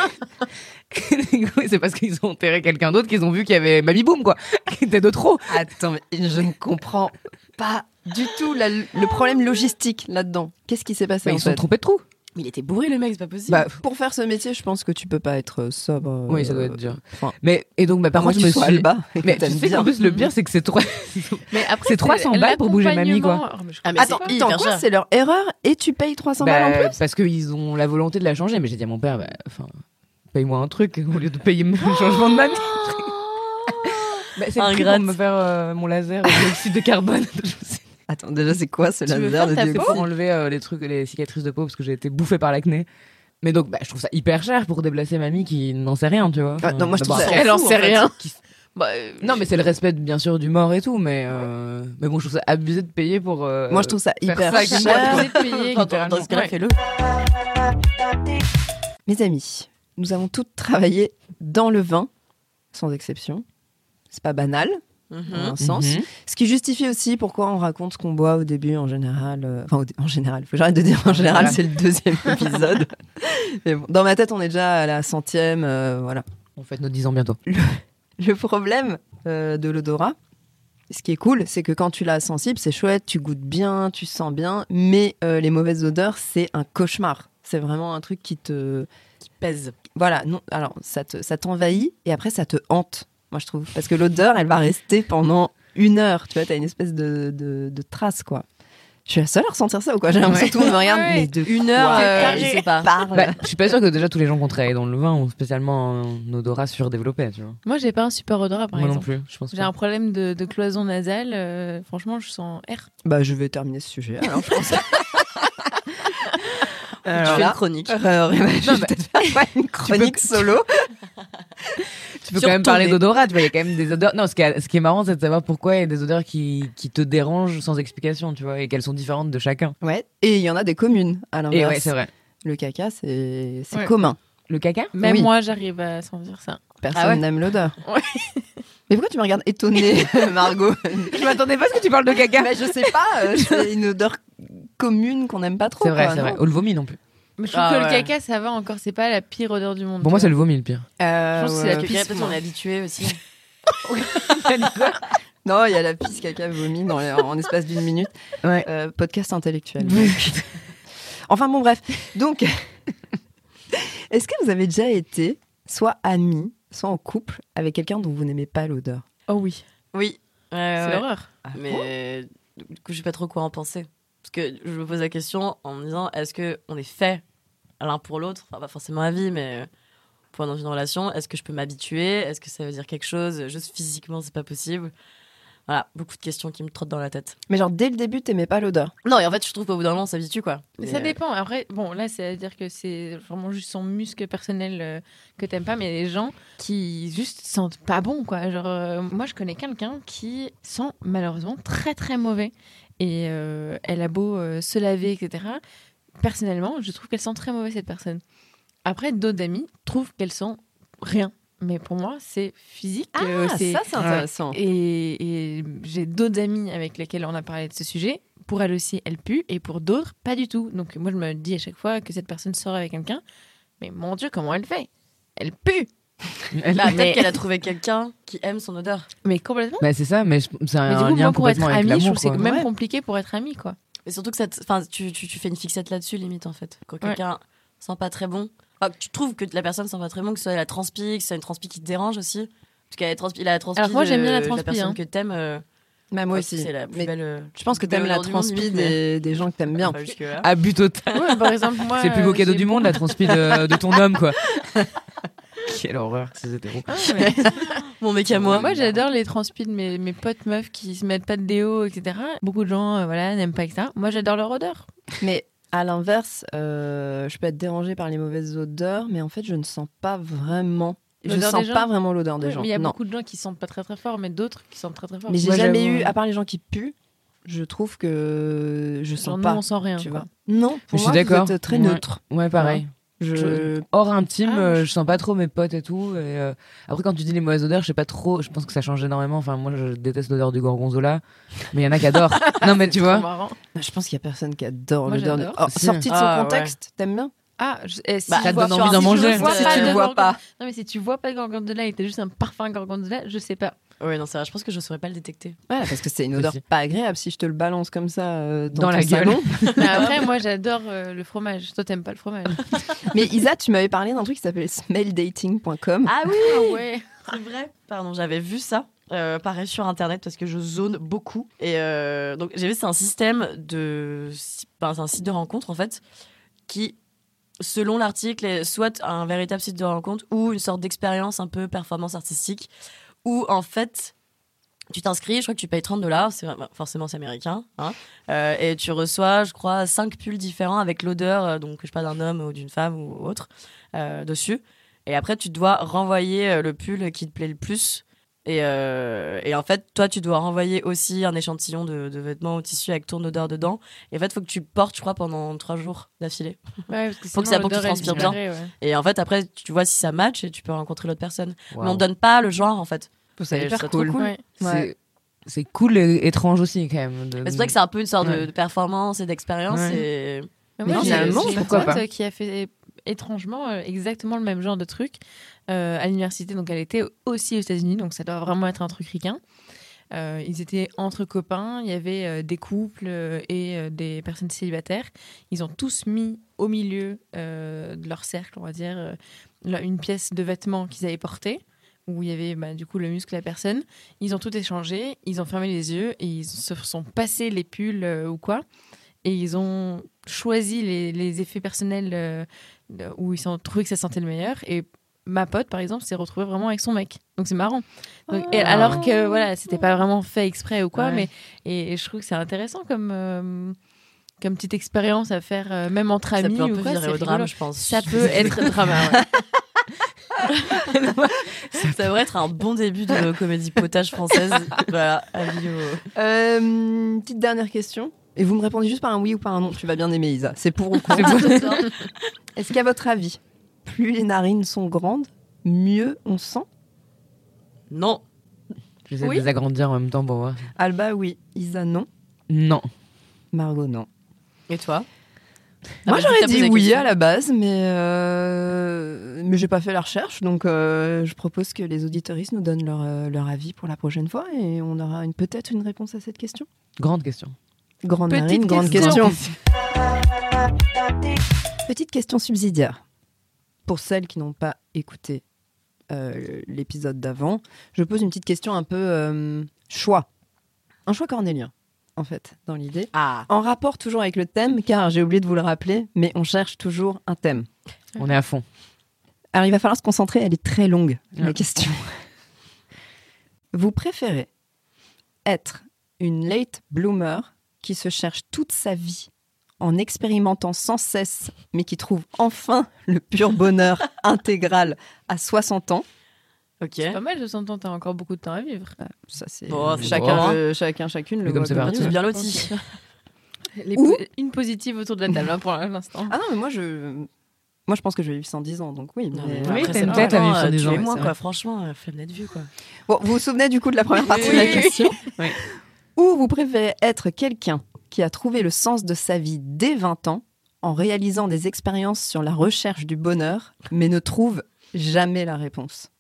Du coup, c'est parce qu'ils ont enterré quelqu'un d'autre qu'ils ont vu qu'il y avait Mamie Boom, quoi, qui était de trop. Attends, mais je ne comprends pas du tout la- le problème logistique là-dedans. Qu'est-ce qui s'est passé Bah, en ils se sont fait trompés de trou. Mais il était bourré, le mec, c'est pas possible. Bah, Pour faire ce métier, je pense que tu peux pas être sobre. euh, oui, ça doit être dur. enfin, Mais et donc, bah, par à moins contre, que je tu me sois suis. Alba. et que Mais tu t'aimes sais bien. qu'en plus, le pire, c'est que c'est trop. Mais après, C'est trois cents balles pour bouger mamie, quoi. l'accompagnement- Oh, mais je Ah, mais Attends, c'est attends, hyper quoi, cher. c'est leur erreur et tu payes trois cents balles en Bah, plus. parce qu'ils ont la volonté de la changer. Mais j'ai dit à mon père, bah, enfin, paye-moi un truc au lieu de payer le changement de mamie. Bah, c'est le prix Ingrate. pour me faire euh, mon laser de dioxyde de carbone. Je sais. Attends, déjà, c'est quoi ce Tu veux laser faire de ta C'est dioxyde pour enlever euh, les trucs, les cicatrices de peau parce que j'ai été bouffée par l'acné. Mais donc, bah, je trouve ça hyper cher pour déplacer mamie qui n'en sait rien, tu vois. Ah, non, moi, je Bah, trouve bon, ça- après, Elle en fou, sait en fait. rien. qui- Bah, euh, Non, mais c'est le respect, bien sûr, du mort et tout, mais euh... mais bon, je trouve ça abusé de payer pour. euh, Moi, je trouve ça faire hyper ça avec c'est moi, cher. abusé de payer, Dans, littéralement. dans ce cas-là, Ouais. fais-le. Mes amis, nous avons toutes travaillé dans le vin, sans exception. C'est pas banal, Mhm. dans un sens. Mhm. Ce qui justifie aussi pourquoi on raconte ce qu'on boit au début en général. euh, Enfin, au dé- en général, faut que j'arrête de dire en général, Voilà. c'est le deuxième épisode. Mais bon, dans ma tête, on est déjà à la centième, euh, voilà. On fête nos dix ans bientôt. Le problème euh, de l'odorat, ce qui est cool, c'est que quand tu l'as sensible, c'est chouette, tu goûtes bien, tu sens bien, mais euh, les mauvaises odeurs, c'est un cauchemar. C'est vraiment un truc qui te... Qui pèse. Voilà, non, alors ça te, ça t'envahit et après ça te hante, moi je trouve. Parce que l'odeur, elle va rester pendant une heure, tu vois, t'as une espèce de, de, de trace, quoi. Je suis la seule à ressentir ça ou quoi? J'ai l'impression que tout le monde me regarde, Ouais. mais de Une heure, quoi euh, elle je sais pas. parle Bah, je suis pas sûre que déjà tous les gens qui ont travaillé dans le vin ont spécialement un odorat surdéveloppé, tu vois. Moi, j'ai pas un super odorat, par Moi non exemple. plus, je pense J'ai pas. un problème de, de cloison nasale. euh, franchement, je sens R. Bah, je vais terminer ce sujet, alors je pense. Tu Alors fais là, une chronique. euh, je vais mais- peut-être faire une chronique solo. Tu peux Sur quand même ton parler nez. d'odorat, tu vois, il y a quand même des odeurs. Non, ce qui est, ce qui est marrant, c'est de savoir pourquoi il y a des odeurs qui, qui te dérangent sans explication, tu vois, et qu'elles sont différentes de chacun. Ouais. Et il y en a des communes, à Et l'inverse. ouais, c'est vrai. Le caca, c'est c'est Ouais. commun. Le caca Même Oui. moi, j'arrive à sentir ça. Personne Ah ouais n'aime l'odeur. Ouais. Mais pourquoi tu me regardes étonnée, Margot? Je m'attendais pas à ce que tu parles de caca. Mais je sais pas, euh, c'est une odeur commune qu'on n'aime pas trop. C'est vrai, quoi, c'est non vrai. Ou le vomi non plus. Mais je trouve Ah que ouais. le caca, ça va encore. C'est pas la pire odeur du monde. Pour moi, tu c'est le vomi le pire. Euh, Je pense que c'est ouais. la Puis pisse, peut-être moi. on est habitué aussi. Non, il y a la pisse, caca, vomi dans les- en espace d'une minute. Ouais. Euh, podcast intellectuel. Enfin bon, bref. Donc, est-ce que vous avez déjà été soit amis, soit en couple avec quelqu'un dont vous n'aimez pas l'odeur? vois. Oh oui, Oui. Ouais, c'est ouais. l'horreur. Mais du coup, je sais pas trop quoi en penser. Parce que je me pose la question en me disant, est-ce que on est fait l'un pour l'autre, enfin pas forcément à vie, mais pour dans une relation, est-ce que je peux m'habituer? Est-ce que ça veut dire quelque chose? Juste physiquement, c'est pas possible. Voilà, beaucoup de questions qui me trottent dans la tête. Mais genre, dès le début, t'aimais pas l'odeur. Non, et en fait, je trouve qu'au bout d'un moment, on s'habitue, quoi. Mais Et, ça euh, dépend. Après, bon, là, c'est-à-dire que c'est vraiment juste son muscle personnel euh, que t'aimes pas, mais il y a des gens qui juste sentent pas bon, quoi. Genre, euh, moi, je connais quelqu'un qui sent malheureusement très très mauvais. Et euh, elle a beau euh, se laver, et cetera. Personnellement, je trouve qu'elle sent très mauvais, cette personne. Après, d'autres amis trouvent qu'elle sent rien. Mais pour moi, c'est physique. euh, c'est... ça, c'est intéressant. Et, et j'ai d'autres amis avec lesquels on a parlé de ce sujet. Pour elle aussi, elle pue. Et pour d'autres, pas du tout. Donc moi, je me dis à chaque fois que cette personne sort avec quelqu'un, mais mon Dieu, comment elle fait? Elle pue. bah, peut-être Mais- qu'elle a trouvé quelqu'un qui aime son odeur. Mais complètement. Bah, c'est ça, mais je- c'est Mais un du coup, lien moi, pour être complètement avec amie, je trouve l'amour. que c'est quoi. même Ouais. compliqué pour être amie, quoi. Et surtout que ça te- enfin, tu, tu, tu fais une fixette là-dessus, limite, en fait. Quand Ouais. quelqu'un sent pas très bon, enfin, que tu trouves que la personne sent pas très bon, que ce soit la transpi, que ce soit une transpi qui te dérange aussi. Parce qu'il a la transpi, il a la transpi Alors moi, j'aime bien la de- de transpi, personne hein. que t'aimes. euh, Bah, moi enfin, aussi. C'est la plus Mais belle. euh, je pense que plus belle t'aimes la odeur du monde, transpi limite, mais- des, des gens que t'aimes bien. Pas jusque-là. À but total. Ouais, par exemple, moi. C'est le plus beau euh, cadeau j'ai du monde, la transpi de, de ton homme, quoi. Quelle horreur, ces hétéros. Ah, mais- Mon mec à moi. Moi, j'adore les transpi de mes, mes potes meufs qui se mettent pas de déo, et cetera. Beaucoup de gens, euh, voilà, n'aiment pas que ça. Moi, j'adore leur odeur. Mais à l'inverse, euh, je peux être dérangée par les mauvaises odeurs, mais en fait, je ne sens pas vraiment. Je ne L'odeur sens des gens pas vraiment l'odeur des Ouais, gens. mais il y a non. beaucoup de gens qui sentent pas très très fort, mais d'autres qui sentent très très fort. Mais j'ai Moi, jamais j'avoue, eu, ouais. à part les gens qui puent, je trouve que je Genre, sens nous, pas. on sent rien. Tu quoi. vois. Non, pour Mais je moi, suis vous d'accord. êtes très Ouais. neutre. Ouais, pareil. Je... Hors intime, Ah, euh, je- je sens pas trop mes potes et tout. Et euh, après, quand tu dis les mauvaises odeurs, je sais pas trop. Je pense que ça change énormément. Enfin, moi, je déteste l'odeur du gorgonzola, mais il y en a qui adorent. Non, mais tu C'est vois. trop marrant. je pense qu'il y a personne qui adore Moi, l'odeur. De... j'adore. Oh, Si. sorti de son Ah, contexte, t'aimes bien? Ah, je- eh, si Bah, je ça te vois donne pas- envie d'en si je manger. vois Si pas tu de le vois gorgon- pas. Non, mais si tu vois pas de gorgonzola et t'as juste un parfum gorgonzola, je sais pas. Ouais, non, c'est vrai. Je pense que je saurais pas le détecter. Ouais, parce que c'est une odeur Aussi. pas agréable si je te le balance comme ça euh, dans, Dans ton la gueule. salon. Mais après, moi, j'adore euh, le fromage. Toi, t'aimes pas le fromage. Mais Isa, tu m'avais parlé d'un truc qui s'appelle smell dating point com. Ah oui, Ah ouais. c'est vrai. Pardon, j'avais vu ça. Euh, pareil sur internet parce que je zone beaucoup et euh, donc j'ai vu c'est un système de enfin, c'est un site de rencontre en fait qui selon l'article est soit un véritable site de rencontre ou une sorte d'expérience un peu performance artistique où en fait tu t'inscris, je crois que tu payes trente dollars, c'est bah, forcément c'est américain, hein, euh, et tu reçois, je crois, cinq pulls différents avec l'odeur, euh, donc je sais pas d'un homme ou d'une femme ou autre euh, dessus. Et après tu dois renvoyer euh, le pull qui te plaît le plus. Et, euh, et en fait, toi, tu dois renvoyer aussi un échantillon de, de vêtements au tissu avec ton odeur dedans. Et en fait, il faut que tu portes, je crois, pendant trois jours d'affilée. Ouais, parce que Faut que sinon, ça- pour que tu l'odeur, elle transpires bien. disparaît, ouais. Et en fait, après, tu vois si ça match et tu peux rencontrer l'autre personne. Waouh. Mais on donne pas le genre, en fait. C'est Et hyper je trouve cool. trop cool. Ouais. C'est- C'est cool et étrange aussi, quand même. de- Mais c'est vrai que c'est un peu une sorte de, Ouais. de performance et d'expérience. Ouais. Et... Mais Mais moi, j'ai- finalement, j'ai une pourquoi pote pas. qui a fait étrangement euh, exactement le même genre de truc euh, à l'université. Donc, elle était aussi aux États-Unis, donc ça doit vraiment être un truc ricain. Euh, ils étaient entre copains, il y avait euh, des couples euh, et euh, des personnes célibataires. Ils ont tous mis au milieu euh, de leur cercle, on va dire, euh, là, une pièce de vêtements qu'ils avaient porté, où il y avait bah, du coup le muscle de la personne. Ils ont tout échangé, ils ont fermé les yeux et ils se sont passés les pulls euh, ou quoi. Et ils ont choisi les, les effets personnels euh, de- où ils ont trouvé que ça sentait le meilleur. Et ma pote, par exemple, s'est retrouvée vraiment avec son mec. Donc c'est marrant. Donc, et Ah. alors que voilà, c'était pas vraiment fait exprès ou quoi, Ouais. mais et, et je trouve que c'est intéressant comme euh, comme petite expérience à faire, euh, même entre Ça amis peut un ou peu quoi. virer C'est au drame, rigolo. je pense. Ça peut être drama. Ouais. Ça devrait être un bon début de comédie potage française. Voilà, avis au... Euh, petite dernière question. Et vous me répondez juste par un oui ou par un non. Tu vas bien aimer, Isa. C'est pour ou contre. Est-ce qu'à votre avis, plus les narines sont grandes, mieux on sent? Non. J'essaie Oui. de les agrandir en même temps pour voir. Alba, oui. Isa, non. Non. Margot, non. Et toi? Moi, Ah bah, j'aurais t'as posé dit la oui question. à la base, mais, euh... mais j'ai pas fait la recherche. Donc, euh, je propose que les auditeuristes nous donnent leur, euh, leur avis pour la prochaine fois et on aura une, peut-être une réponse à cette question. Grande question. Grande Petite narine, grande question. question. Petite question subsidiaire. Pour celles qui n'ont pas écouté euh, l'épisode d'avant, je pose une petite question un peu euh, choix. Un choix cornélien, en fait, dans l'idée. Ah. En rapport toujours avec le thème, car j'ai oublié de vous le rappeler, mais on cherche toujours un thème. On est à fond. Alors, il va falloir se concentrer, elle est très longue, la Ouais. question. Vous préférez être une late bloomer qui se cherche toute sa vie en expérimentant sans cesse, mais qui trouve enfin le pur bonheur intégral à soixante ans? Ok. C'est pas mal, soixante ans, t'as encore beaucoup de temps à vivre. Ça, c'est Bon, chacun, bon. le- chacun, chacune le Mais comme voit c'est comme parti, il veut. Bien loti. Les Ou- po- Une positive autour de la table hein, pour l'instant. Ah non, mais moi, je... moi, je pense que je vais vivre cent dix ans, donc oui. Non, mais- mais Oui, après, t'as c'est une pas tête à vraiment, vivre sur euh, des tu gens, et ouais, moi, c'est quoi. vrai. Franchement, euh, flemme d'être vue, quoi. Bon, vous vous souvenez du coup de la première partie de la Oui. question? Oui. Ou vous préférez être quelqu'un qui a trouvé le sens de sa vie dès vingt ans en réalisant des expériences sur la recherche du bonheur, mais ne trouve jamais la réponse?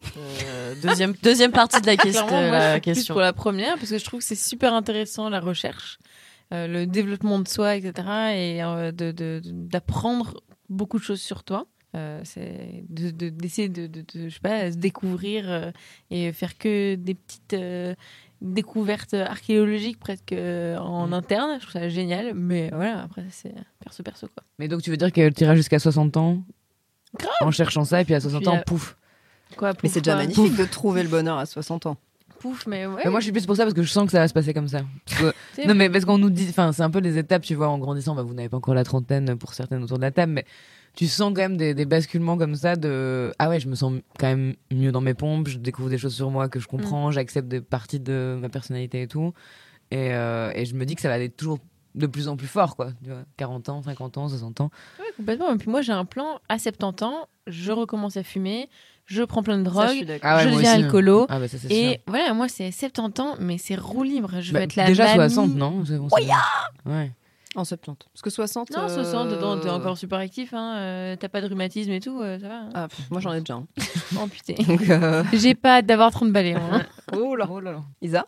Euh, deuxième, deuxième partie de la, question Clairement, moi, je la suis plus question. pour la première parce que je trouve que c'est super intéressant la recherche, euh, le développement de soi, et cetera. Et euh, de, de- de- d'apprendre beaucoup de choses sur toi. Euh, c'est de, de- d'essayer de, de, de, je sais pas, se découvrir euh, et faire que des petites euh, découvertes archéologiques presque euh, en Mm. interne. Je trouve ça génial. Mais voilà, après, c'est perso perso quoi. Mais donc, tu veux dire qu'elle tira jusqu'à soixante ans Grave. en cherchant ça, et puis à soixante Puis, ans, euh, pouf. Quoi, Mais c'est déjà pourquoi magnifique de trouver le bonheur à soixante ans. Pouf, mais ouais. Mais moi, je suis plus pour ça parce que je sens que ça va se passer comme ça. Parce que- C'est- non, mais parce qu'on nous dit, enfin, c'est un peu des étapes, tu vois, en grandissant. Bah, vous n'avez pas encore la trentaine pour certaines autour de la table, mais tu sens quand même des, des basculements comme ça de ah ouais, je me sens quand même mieux dans mes pompes, je découvre des choses sur moi que je comprends, j'accepte des parties de ma personnalité et tout. Et, euh, et je me dis que ça va aller toujours de plus en plus fort, quoi. Tu vois, quarante ans, cinquante ans, soixante ans. Ouais, complètement. Et puis moi, j'ai un plan à soixante-dix ans, je recommence à fumer, je prends plein de Ça, je drogue, suis d'accord. Ah ouais, je moi deviens aussi. alcoolo. Ah bah ça, c'est sûr. Et voilà, moi, c'est soixante-dix ans, mais c'est roue libre. Je veux Bah, être la déjà mamie. soixante, non C'est bon, c'est bon. Ouais. En soixante. Parce que soixante... Non, soixante, euh, dedans, t'es encore super actif. Hein. euh, t'as pas de rhumatisme et tout, euh, ça va. Hein. Ah, pff, moi, j'en ai déjà un. Oh putain. Donc, euh, J'ai pas hâte d'avoir trente balais. Hein. Oh là. Oh là là. Isa?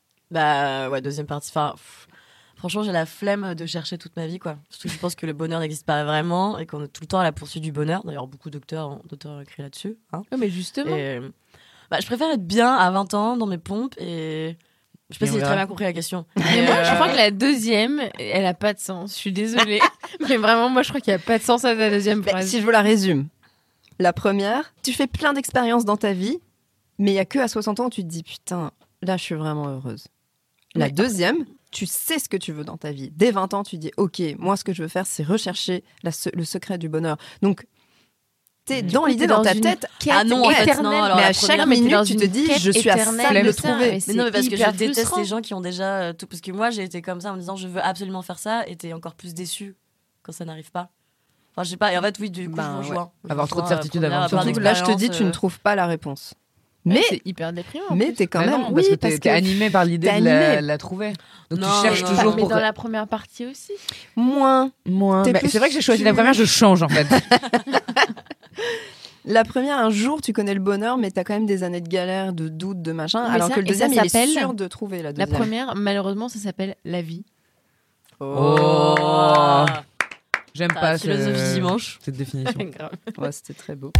Bah ouais, deuxième partie. Enfin, pff, franchement, j'ai la flemme de chercher toute ma vie, quoi. Surtout que je pense que le bonheur n'existe pas vraiment et qu'on est tout le temps à la poursuite du bonheur. D'ailleurs, beaucoup d'auteurs, d'auteurs écrivent là-dessus. Hein. Ouais, mais justement. Et, euh, bah, je préfère être bien à vingt ans dans mes pompes et je sais pas Et si on j'ai verra. très bien compris la question. Mais moi, euh, je crois que la deuxième, elle a pas de sens. Je suis désolée. mais vraiment, moi, je crois qu'il y a pas de sens à la deuxième Mais phrase. si je vous la résume. La première, tu fais plein d'expériences dans ta vie, mais il y a que à soixante ans où tu te dis putain, là je suis vraiment heureuse. La Ouais. deuxième, tu sais ce que tu veux dans ta vie. Dès vingt ans, tu dis ok, moi ce que je veux faire, c'est rechercher la se- le secret du bonheur. Donc, t'es dans coup, l'idée t'es dans dans ta une tête. quête Ah non, en fait, éternelle. non, alors mais la à chaque première- mais t'es minute, dans tu une te dis quête je suis à ça éternelle de le de ça, trouver. mais Mais non, mais parce que je hyper déteste frustrant. les gens qui ont déjà euh, tout. Parce que moi, j'ai été comme ça en me disant je veux absolument faire ça et t'es encore plus déçu quand ça n'arrive pas. Enfin, je sais pas. Et en fait, oui, du coup, Ben, je vous ouais. rejoins. Je Avoir vous trop de rejoins, certitude euh, avant première tout. part Surtout que là, je te dis, d'expérience, tu ne euh, trouves pas la réponse. Ouais, Mais, c'est hyper déprimant. en mais plus. t'es quand Bah même. non, oui, parce que parce t'es, t'es que animé par l'idée t'es de la, animé. la trouver. Donc Non, tu cherches non, toujours mais pour dans la première partie aussi. moins. moins. T'es Bah, plus c'est vrai que j'ai choisi la tu- première, je change en fait. La première, un jour, tu connais le bonheur, mais t'as quand même des années de galère, de doute, de machin. Mais alors ça- que le et ça deuxième, il est s'appelle sûr de trouver la La deuxième. première, malheureusement, ça s'appelle la vie. Oh. J'aime Ta pas philosophie ce- dimanche. cette définition. Grave. Ouais, c'était très beau.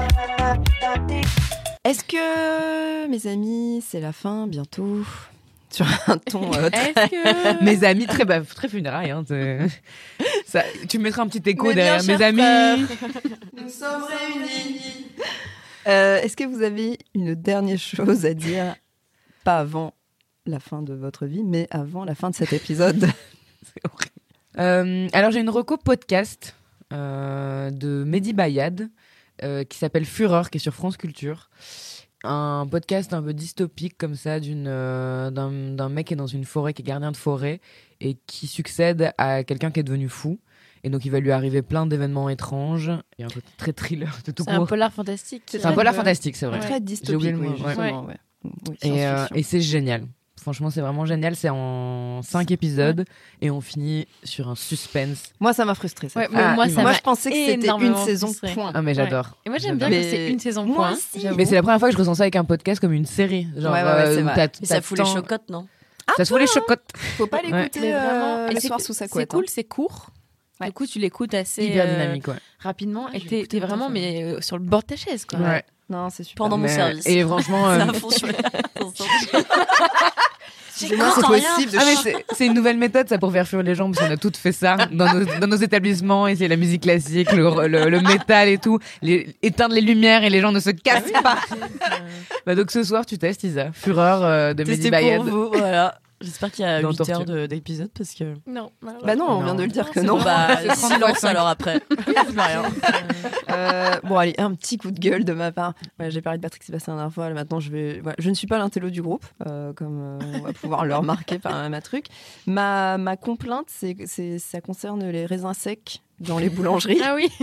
Est-ce que, mes amis, c'est la fin bientôt? Sur un ton euh, très- Est-ce que. Mes amis, très, bah, très funérailles. Hein, c'est- ça, tu me mettras un petit écho Mais bien, derrière mes cher amis. Nous sommes réunis. Euh, Est-ce que vous avez une dernière chose à dire? Pas avant la fin de votre vie, mais avant la fin de cet épisode. C'est horrible. Euh, alors j'ai une reco podcast euh, de Mehdi Bayad euh, qui s'appelle Fureur, qui est sur France Culture. Un podcast un peu dystopique comme ça d'une euh, d'un, d'un mec qui est dans une forêt, qui est gardien de forêt et qui succède à quelqu'un qui est devenu fou. Et donc il va lui arriver plein d'événements étranges. Il y a un côté très thriller de tout C'est un court. polar fantastique. C'est un polar fantastique, c'est vrai. Très J'ai dystopique, oublié le oui, mot, ouais. justement, ouais. Oui, Et, euh, science-fiction. et c'est génial. Franchement, c'est vraiment génial. C'est en cinq épisodes et on finit sur un suspense. Moi, ça m'a frustré. Ça. Ouais, mais Ah, moi, ça Moi, m'a je pensais que c'était une énormément saison frustrée. point. Ah mais j'adore. Et moi, j'aime bien J'adore. que c'est une saison Moi point. aussi. j'avoue. Mais c'est la première fois que je ressens ça avec un podcast comme une série. Genre, Ouais, ouais, ouais, c'est où vrai. t'as- Et ça t'as fout les tant- chocottes, non Ça se fout les chocottes. Faut pas l'écouter Mais vraiment, euh, et le c'est- soir sous sa C'est couette. cool, c'est court. Ouais. Du coup, tu l'écoutes assez Hyper euh, dynamique, ouais. rapidement Ah, et je vais t'es écouter t'es vraiment tout à mais euh, sur le bord de ta chaise, quoi. Ouais. hein. Non, c'est super. Pendant mon Mais- service. Et franchement, Ça euh, a fonctionné. Excusez-moi, c'est possible de ah, mais c'est, c'est une nouvelle méthode ça pour faire fuir les gens parce qu'on a toutes fait ça dans nos, dans nos établissements, essayer la musique classique, le, le, le métal et tout, les, éteindre les lumières et les gens ne se cassent pas. Bah donc ce soir tu testes Isa, Fureur euh, de Mehdi C'était Bayed. pour vous, voilà. J'espère qu'il y a Dans huit Tortue. heures de- d'épisode parce que. Non. Bah non, on Non. vient de le dire que c'est non. bon. Bah, c'est trente silence cinq. alors après. Je vois rien. Euh, bon, allez, un petit coup de gueule de ma part. Ouais, j'ai parlé de Patrick Sébastien la dernière fois. Là, maintenant, je vais. Voilà, je ne suis pas l'intello du groupe, euh, comme euh, on va pouvoir le remarquer par ma truc. Ma, ma complainte, c'est, c'est ça concerne les raisins secs dans les boulangeries. Ah oui.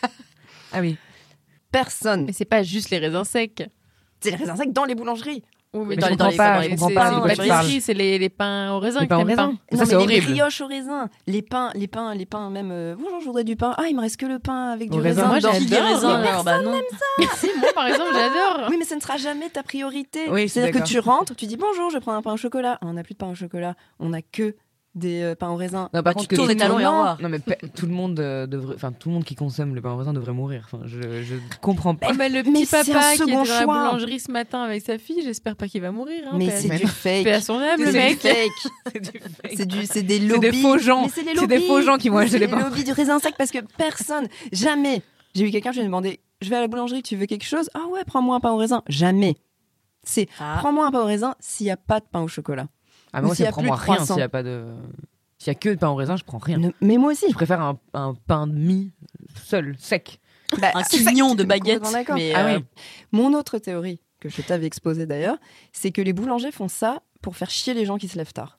Ah oui. Personne. Mais c'est pas juste les raisins secs. C'est les raisins secs dans les boulangeries. Oui, Mais dans je les- dans comprends les- pas, dans je les- comprends c'est pas c'est de les quoi tu parles. pâtisseries, c'est les, les pains au raisin Les que pains au t'aimes pas. raisin. Ça, Non, c'est mais horrible. les brioches au raisin, les pains, les pains, les pains même. euh, Bonjour, je voudrais du pain. Ah, il me reste que le pain avec Au du raisin. raisin. Moi, dedans. j'adore. Qui dit raisin Mais alors Bah non. Si, moi par exemple, j'adore. Oui, mais ça ne sera jamais ta priorité. Oui, je suis C'est-à-dire que d'accord. tu rentres, tu dis bonjour, je vais prendre un pain au chocolat. Ah, on n'a plus de pain au chocolat, on n'a que des euh, pains au raisin. Non, par Bah, contre, tu que tournes les tout- talons et au revoir. Non mais pe- tout le monde euh, devrait, enfin tout le monde qui consomme le pain au raisin devrait mourir. Enfin, je, je comprends pas. Oh, bah, le Mais petit c'est un papa qui était second dans la choix. boulangerie ce matin avec sa fille, j'espère pas qu'il va mourir. Hein, Mais paix à- c'est Mais du fake. paix à son âme, le C'est du mec. fake. C'est du fake. C'est du, c'est des C'est lobbies. des faux gens. Mais c'est des C'est des lobbies. faux gens qui vont Mais acheter c'est les des pains. lobbies du raisin sec parce que personne, jamais. J'ai eu quelqu'un, je lui ai demandé, je vais à la boulangerie, tu veux quelque chose? Ah ouais, prends-moi un pain au raisin. Jamais. C'est Ah. prends-moi un pain au raisin s'il n'y a pas de pain au chocolat. Ah Ou mais moi s'il y ça a prend plus moi de rien croissant. s'il y a pas de, s'il y a que le pain au raisin, je prends rien. Ne- Mais moi aussi. Je préfère un, un pain de mie seul, sec. Bah, Un quignon de baguette. complètement d'accord. Mais Ah euh, oui. Mon autre théorie, que je t'avais exposée d'ailleurs, c'est que les boulangers font ça pour faire chier les gens qui se lèvent tard.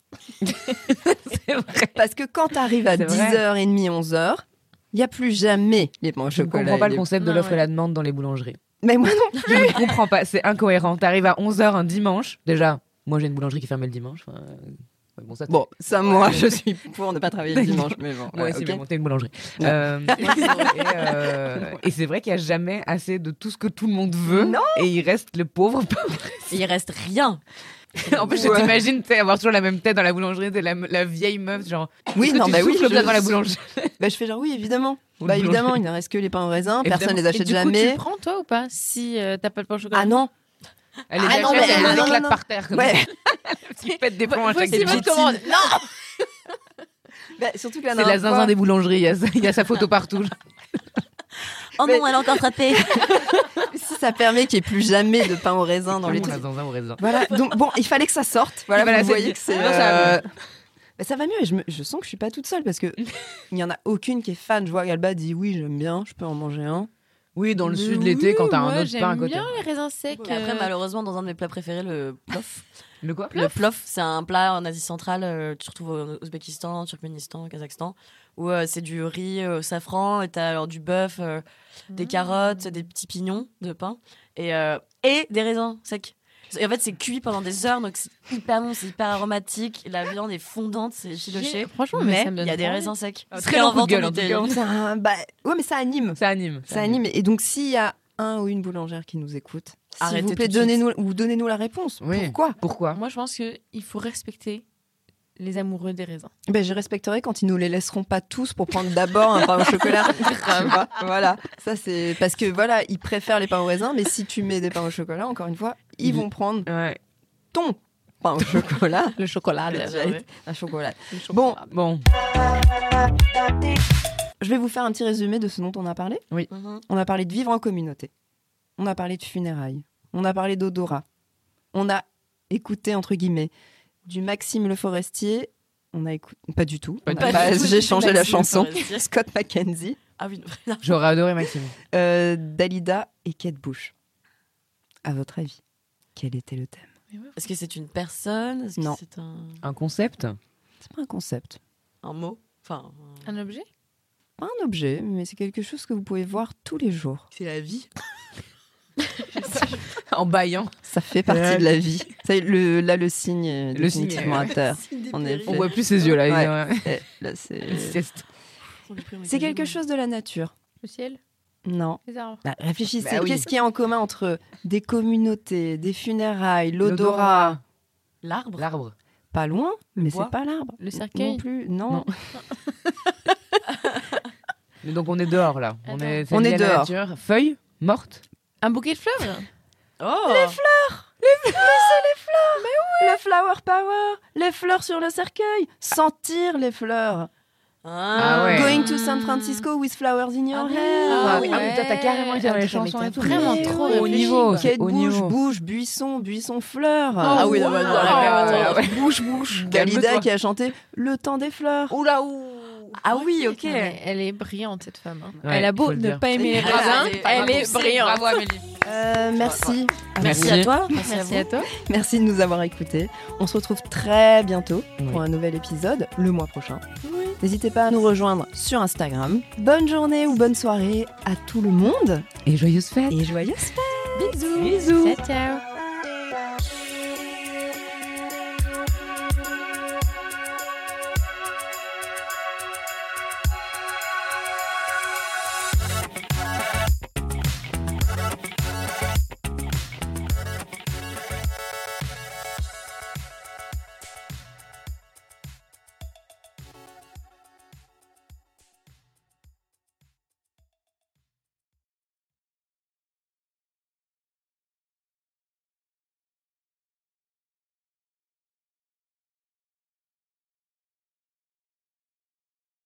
C'est vrai. Parce que quand t'arrives à C'est vrai. dix heures trente, onze heures, il n'y a plus jamais les pains au Je ne chocolat. comprends pas et le les- concept de Non, l'offre ouais. et la demande dans les boulangeries. Mais moi non. Je ne comprends pas, c'est incohérent. T'arrives à onze heures un dimanche. Déjà, moi j'ai une boulangerie qui fermait le dimanche. Enfin, euh, ouais, bon, ça, Bon, ça, moi, je suis pour ne pas travailler le dimanche, mais bon. moi voilà, aussi, ok. j'ai monté une boulangerie. Ouais. Euh, et euh, et c'est vrai qu'il n'y a jamais assez de tout ce que tout le monde veut. Non. Et il reste le pauvre. il reste rien. En plus, je Ouais. t'imagine tu sais, avoir toujours la même tête dans la boulangerie, t'es la, la vieille meuf, genre. Oui, est-ce que non, tu bah oui, souffles je- bien dans la boulangerie. Bah, je fais genre, oui, évidemment. Ou Bah le évidemment, boulanger. il ne reste que les pains au raisin, personne Évidemment. les Et achète du coup, jamais. tu prends toi ou pas si euh, t'as pas le pain au chocolat? Ah non. Elle les Ah non, achète, mais- elle ah les non, éclate non, par terre. Comme Ouais. ça. Qui pète des plombs à chaque Voici fois. votre commande. Non. Bah, surtout que la C'est la dernière zinzin fois- des boulangeries, il y, a sa- il y a sa photo partout. Oh Mais- non, elle a encore frappé. Si ça permet qu'il n'y ait plus jamais de pain au raisin dans les La trucs. zinzin au raisin. Voilà, donc bon, il fallait que ça sorte. Voilà, Voilà, vous c'est- voyez que c'est. Non, ça va euh, bah, ça va mieux et je, me- je sens que je suis pas toute seule parce que il y en a aucune qui est fan. Je vois Galba dit oui, j'aime bien, je peux en manger un. Oui, dans le Mais sud, l'été, quand t'as oui, un moi, autre pain à j'aime côté. bien les raisins secs. Mais après, euh, malheureusement, dans un de mes plats préférés, le plof. Le quoi Le plof, c'est un plat en Asie centrale, euh, tu retrouves au Ouzbékistan, Turkménistan, Kazakhstan, où euh, c'est du riz euh, au safran, et t'as alors du bœuf, euh, des carottes, des petits pignons de pain, et, euh, et des raisins secs. Et en fait, c'est cuit pendant des heures, donc c'est hyper bon, c'est hyper aromatique, la viande est fondante, c'est effiloché, Franchement, mais, mais ça me il donne y a des trop raisins secs. Ah, très bon coup de gueule, en tout cas. C'est un- bah, ouais, mais ça anime. Ça anime. Ça anime. Et donc, s'il y a un ou une boulangère qui nous écoute, s'il Arrêtez vous plaît, tout de donnez-nous ou donnez-nous la réponse. Oui. Pourquoi Pourquoi Moi, je pense qu'il faut respecter les amoureux des raisins. Ben, je respecterai quand ils nous les laisseront pas tous pour prendre d'abord un pain au chocolat. Tu vois, voilà. Ça, c'est parce que voilà, ils préfèrent les pains au raisin, mais si tu mets des pains au chocolat, encore une fois, ils Ils- vont prendre Ouais. ton pain au chocolat. Le chocolat. Un chocolat. Bon, Bon, je vais vous faire un petit résumé de ce dont on a parlé. Mhm. On a parlé de vivre en communauté. On a parlé de funérailles. On a parlé d'odorat. On a écouté, entre guillemets, du Maxime Le Forestier. On a écouté... Pas du tout. Pas On du a tout. pas- J'ai changé la Maxime chanson. Forestier. Scott McKenzie. Ah oui. J'aurais adoré Maxime. Euh, Dalida et Kate Bush. À votre avis, quel était le thème? Est-ce que c'est une personne? Est-ce que Non. c'est un... Un concept? C'est pas un concept, un mot? Enfin, un... Un objet? pas un objet, mais c'est quelque chose que vous pouvez voir tous les jours. c'est la vie. En baillant. Ça fait partie de la vie. Ça y est, le, là, le signe est Le signe définitivement est- à terre. Signe des En périls. effet. On voit plus ses yeux là. Ouais. il- Eh, là, c'est... Sieste. c'est quelque chose de la nature. Le ciel? Non. Les arbres? Bah, réfléchissez, Bah oui. qu'est-ce qu'il y a en commun entre des communautés, des funérailles, l'odorat? L'arbre. L'arbre. Pas loin, mais bois. c'est pas l'arbre. Le cercueil. Non plus, non. Non. Mais donc on est dehors là. On Attends. est, c'est On lié est à la dehors. nature. Feuilles mortes. Un bouquet de fleurs? Oh. Le flower power, les fleurs sur le cercueil, sentir les fleurs. Ah ouais. Going to San Francisco with flowers in your Ah oui. hair. Ah oui, ouais. ah oui, toi, t'as carrément été dans les Attends, chansons mais et t'as tout. vraiment Mais trop oui. Au réfléchi, niveau, quoi. c'est Kate au Bush, niveau. bouche, buisson, buisson, fleurs. Ah oui, non, mais non, là, ouais, ouais. Bouche, bouche. Calme-toi. Dalida qui a chanté Le temps des fleurs. Oula, ouh. Ah oui, ok. Non, mais elle est brillante, cette femme. hein. Ouais, elle a beau faut le ne dire. pas aimer les Elle raisins, est- elle est Bravo, brillante. Bravo Amélie. Euh, merci. Merci, Merci. à toi. Merci, Merci à à vous. toi. Merci de nous avoir écoutés. On se retrouve très bientôt Oui. pour un nouvel épisode, le mois prochain. N'hésitez pas à nous rejoindre sur Instagram. Bonne journée ou bonne soirée à tout le monde Et joyeuse fête. et joyeuses fêtes. Bisous. Ciao, ciao.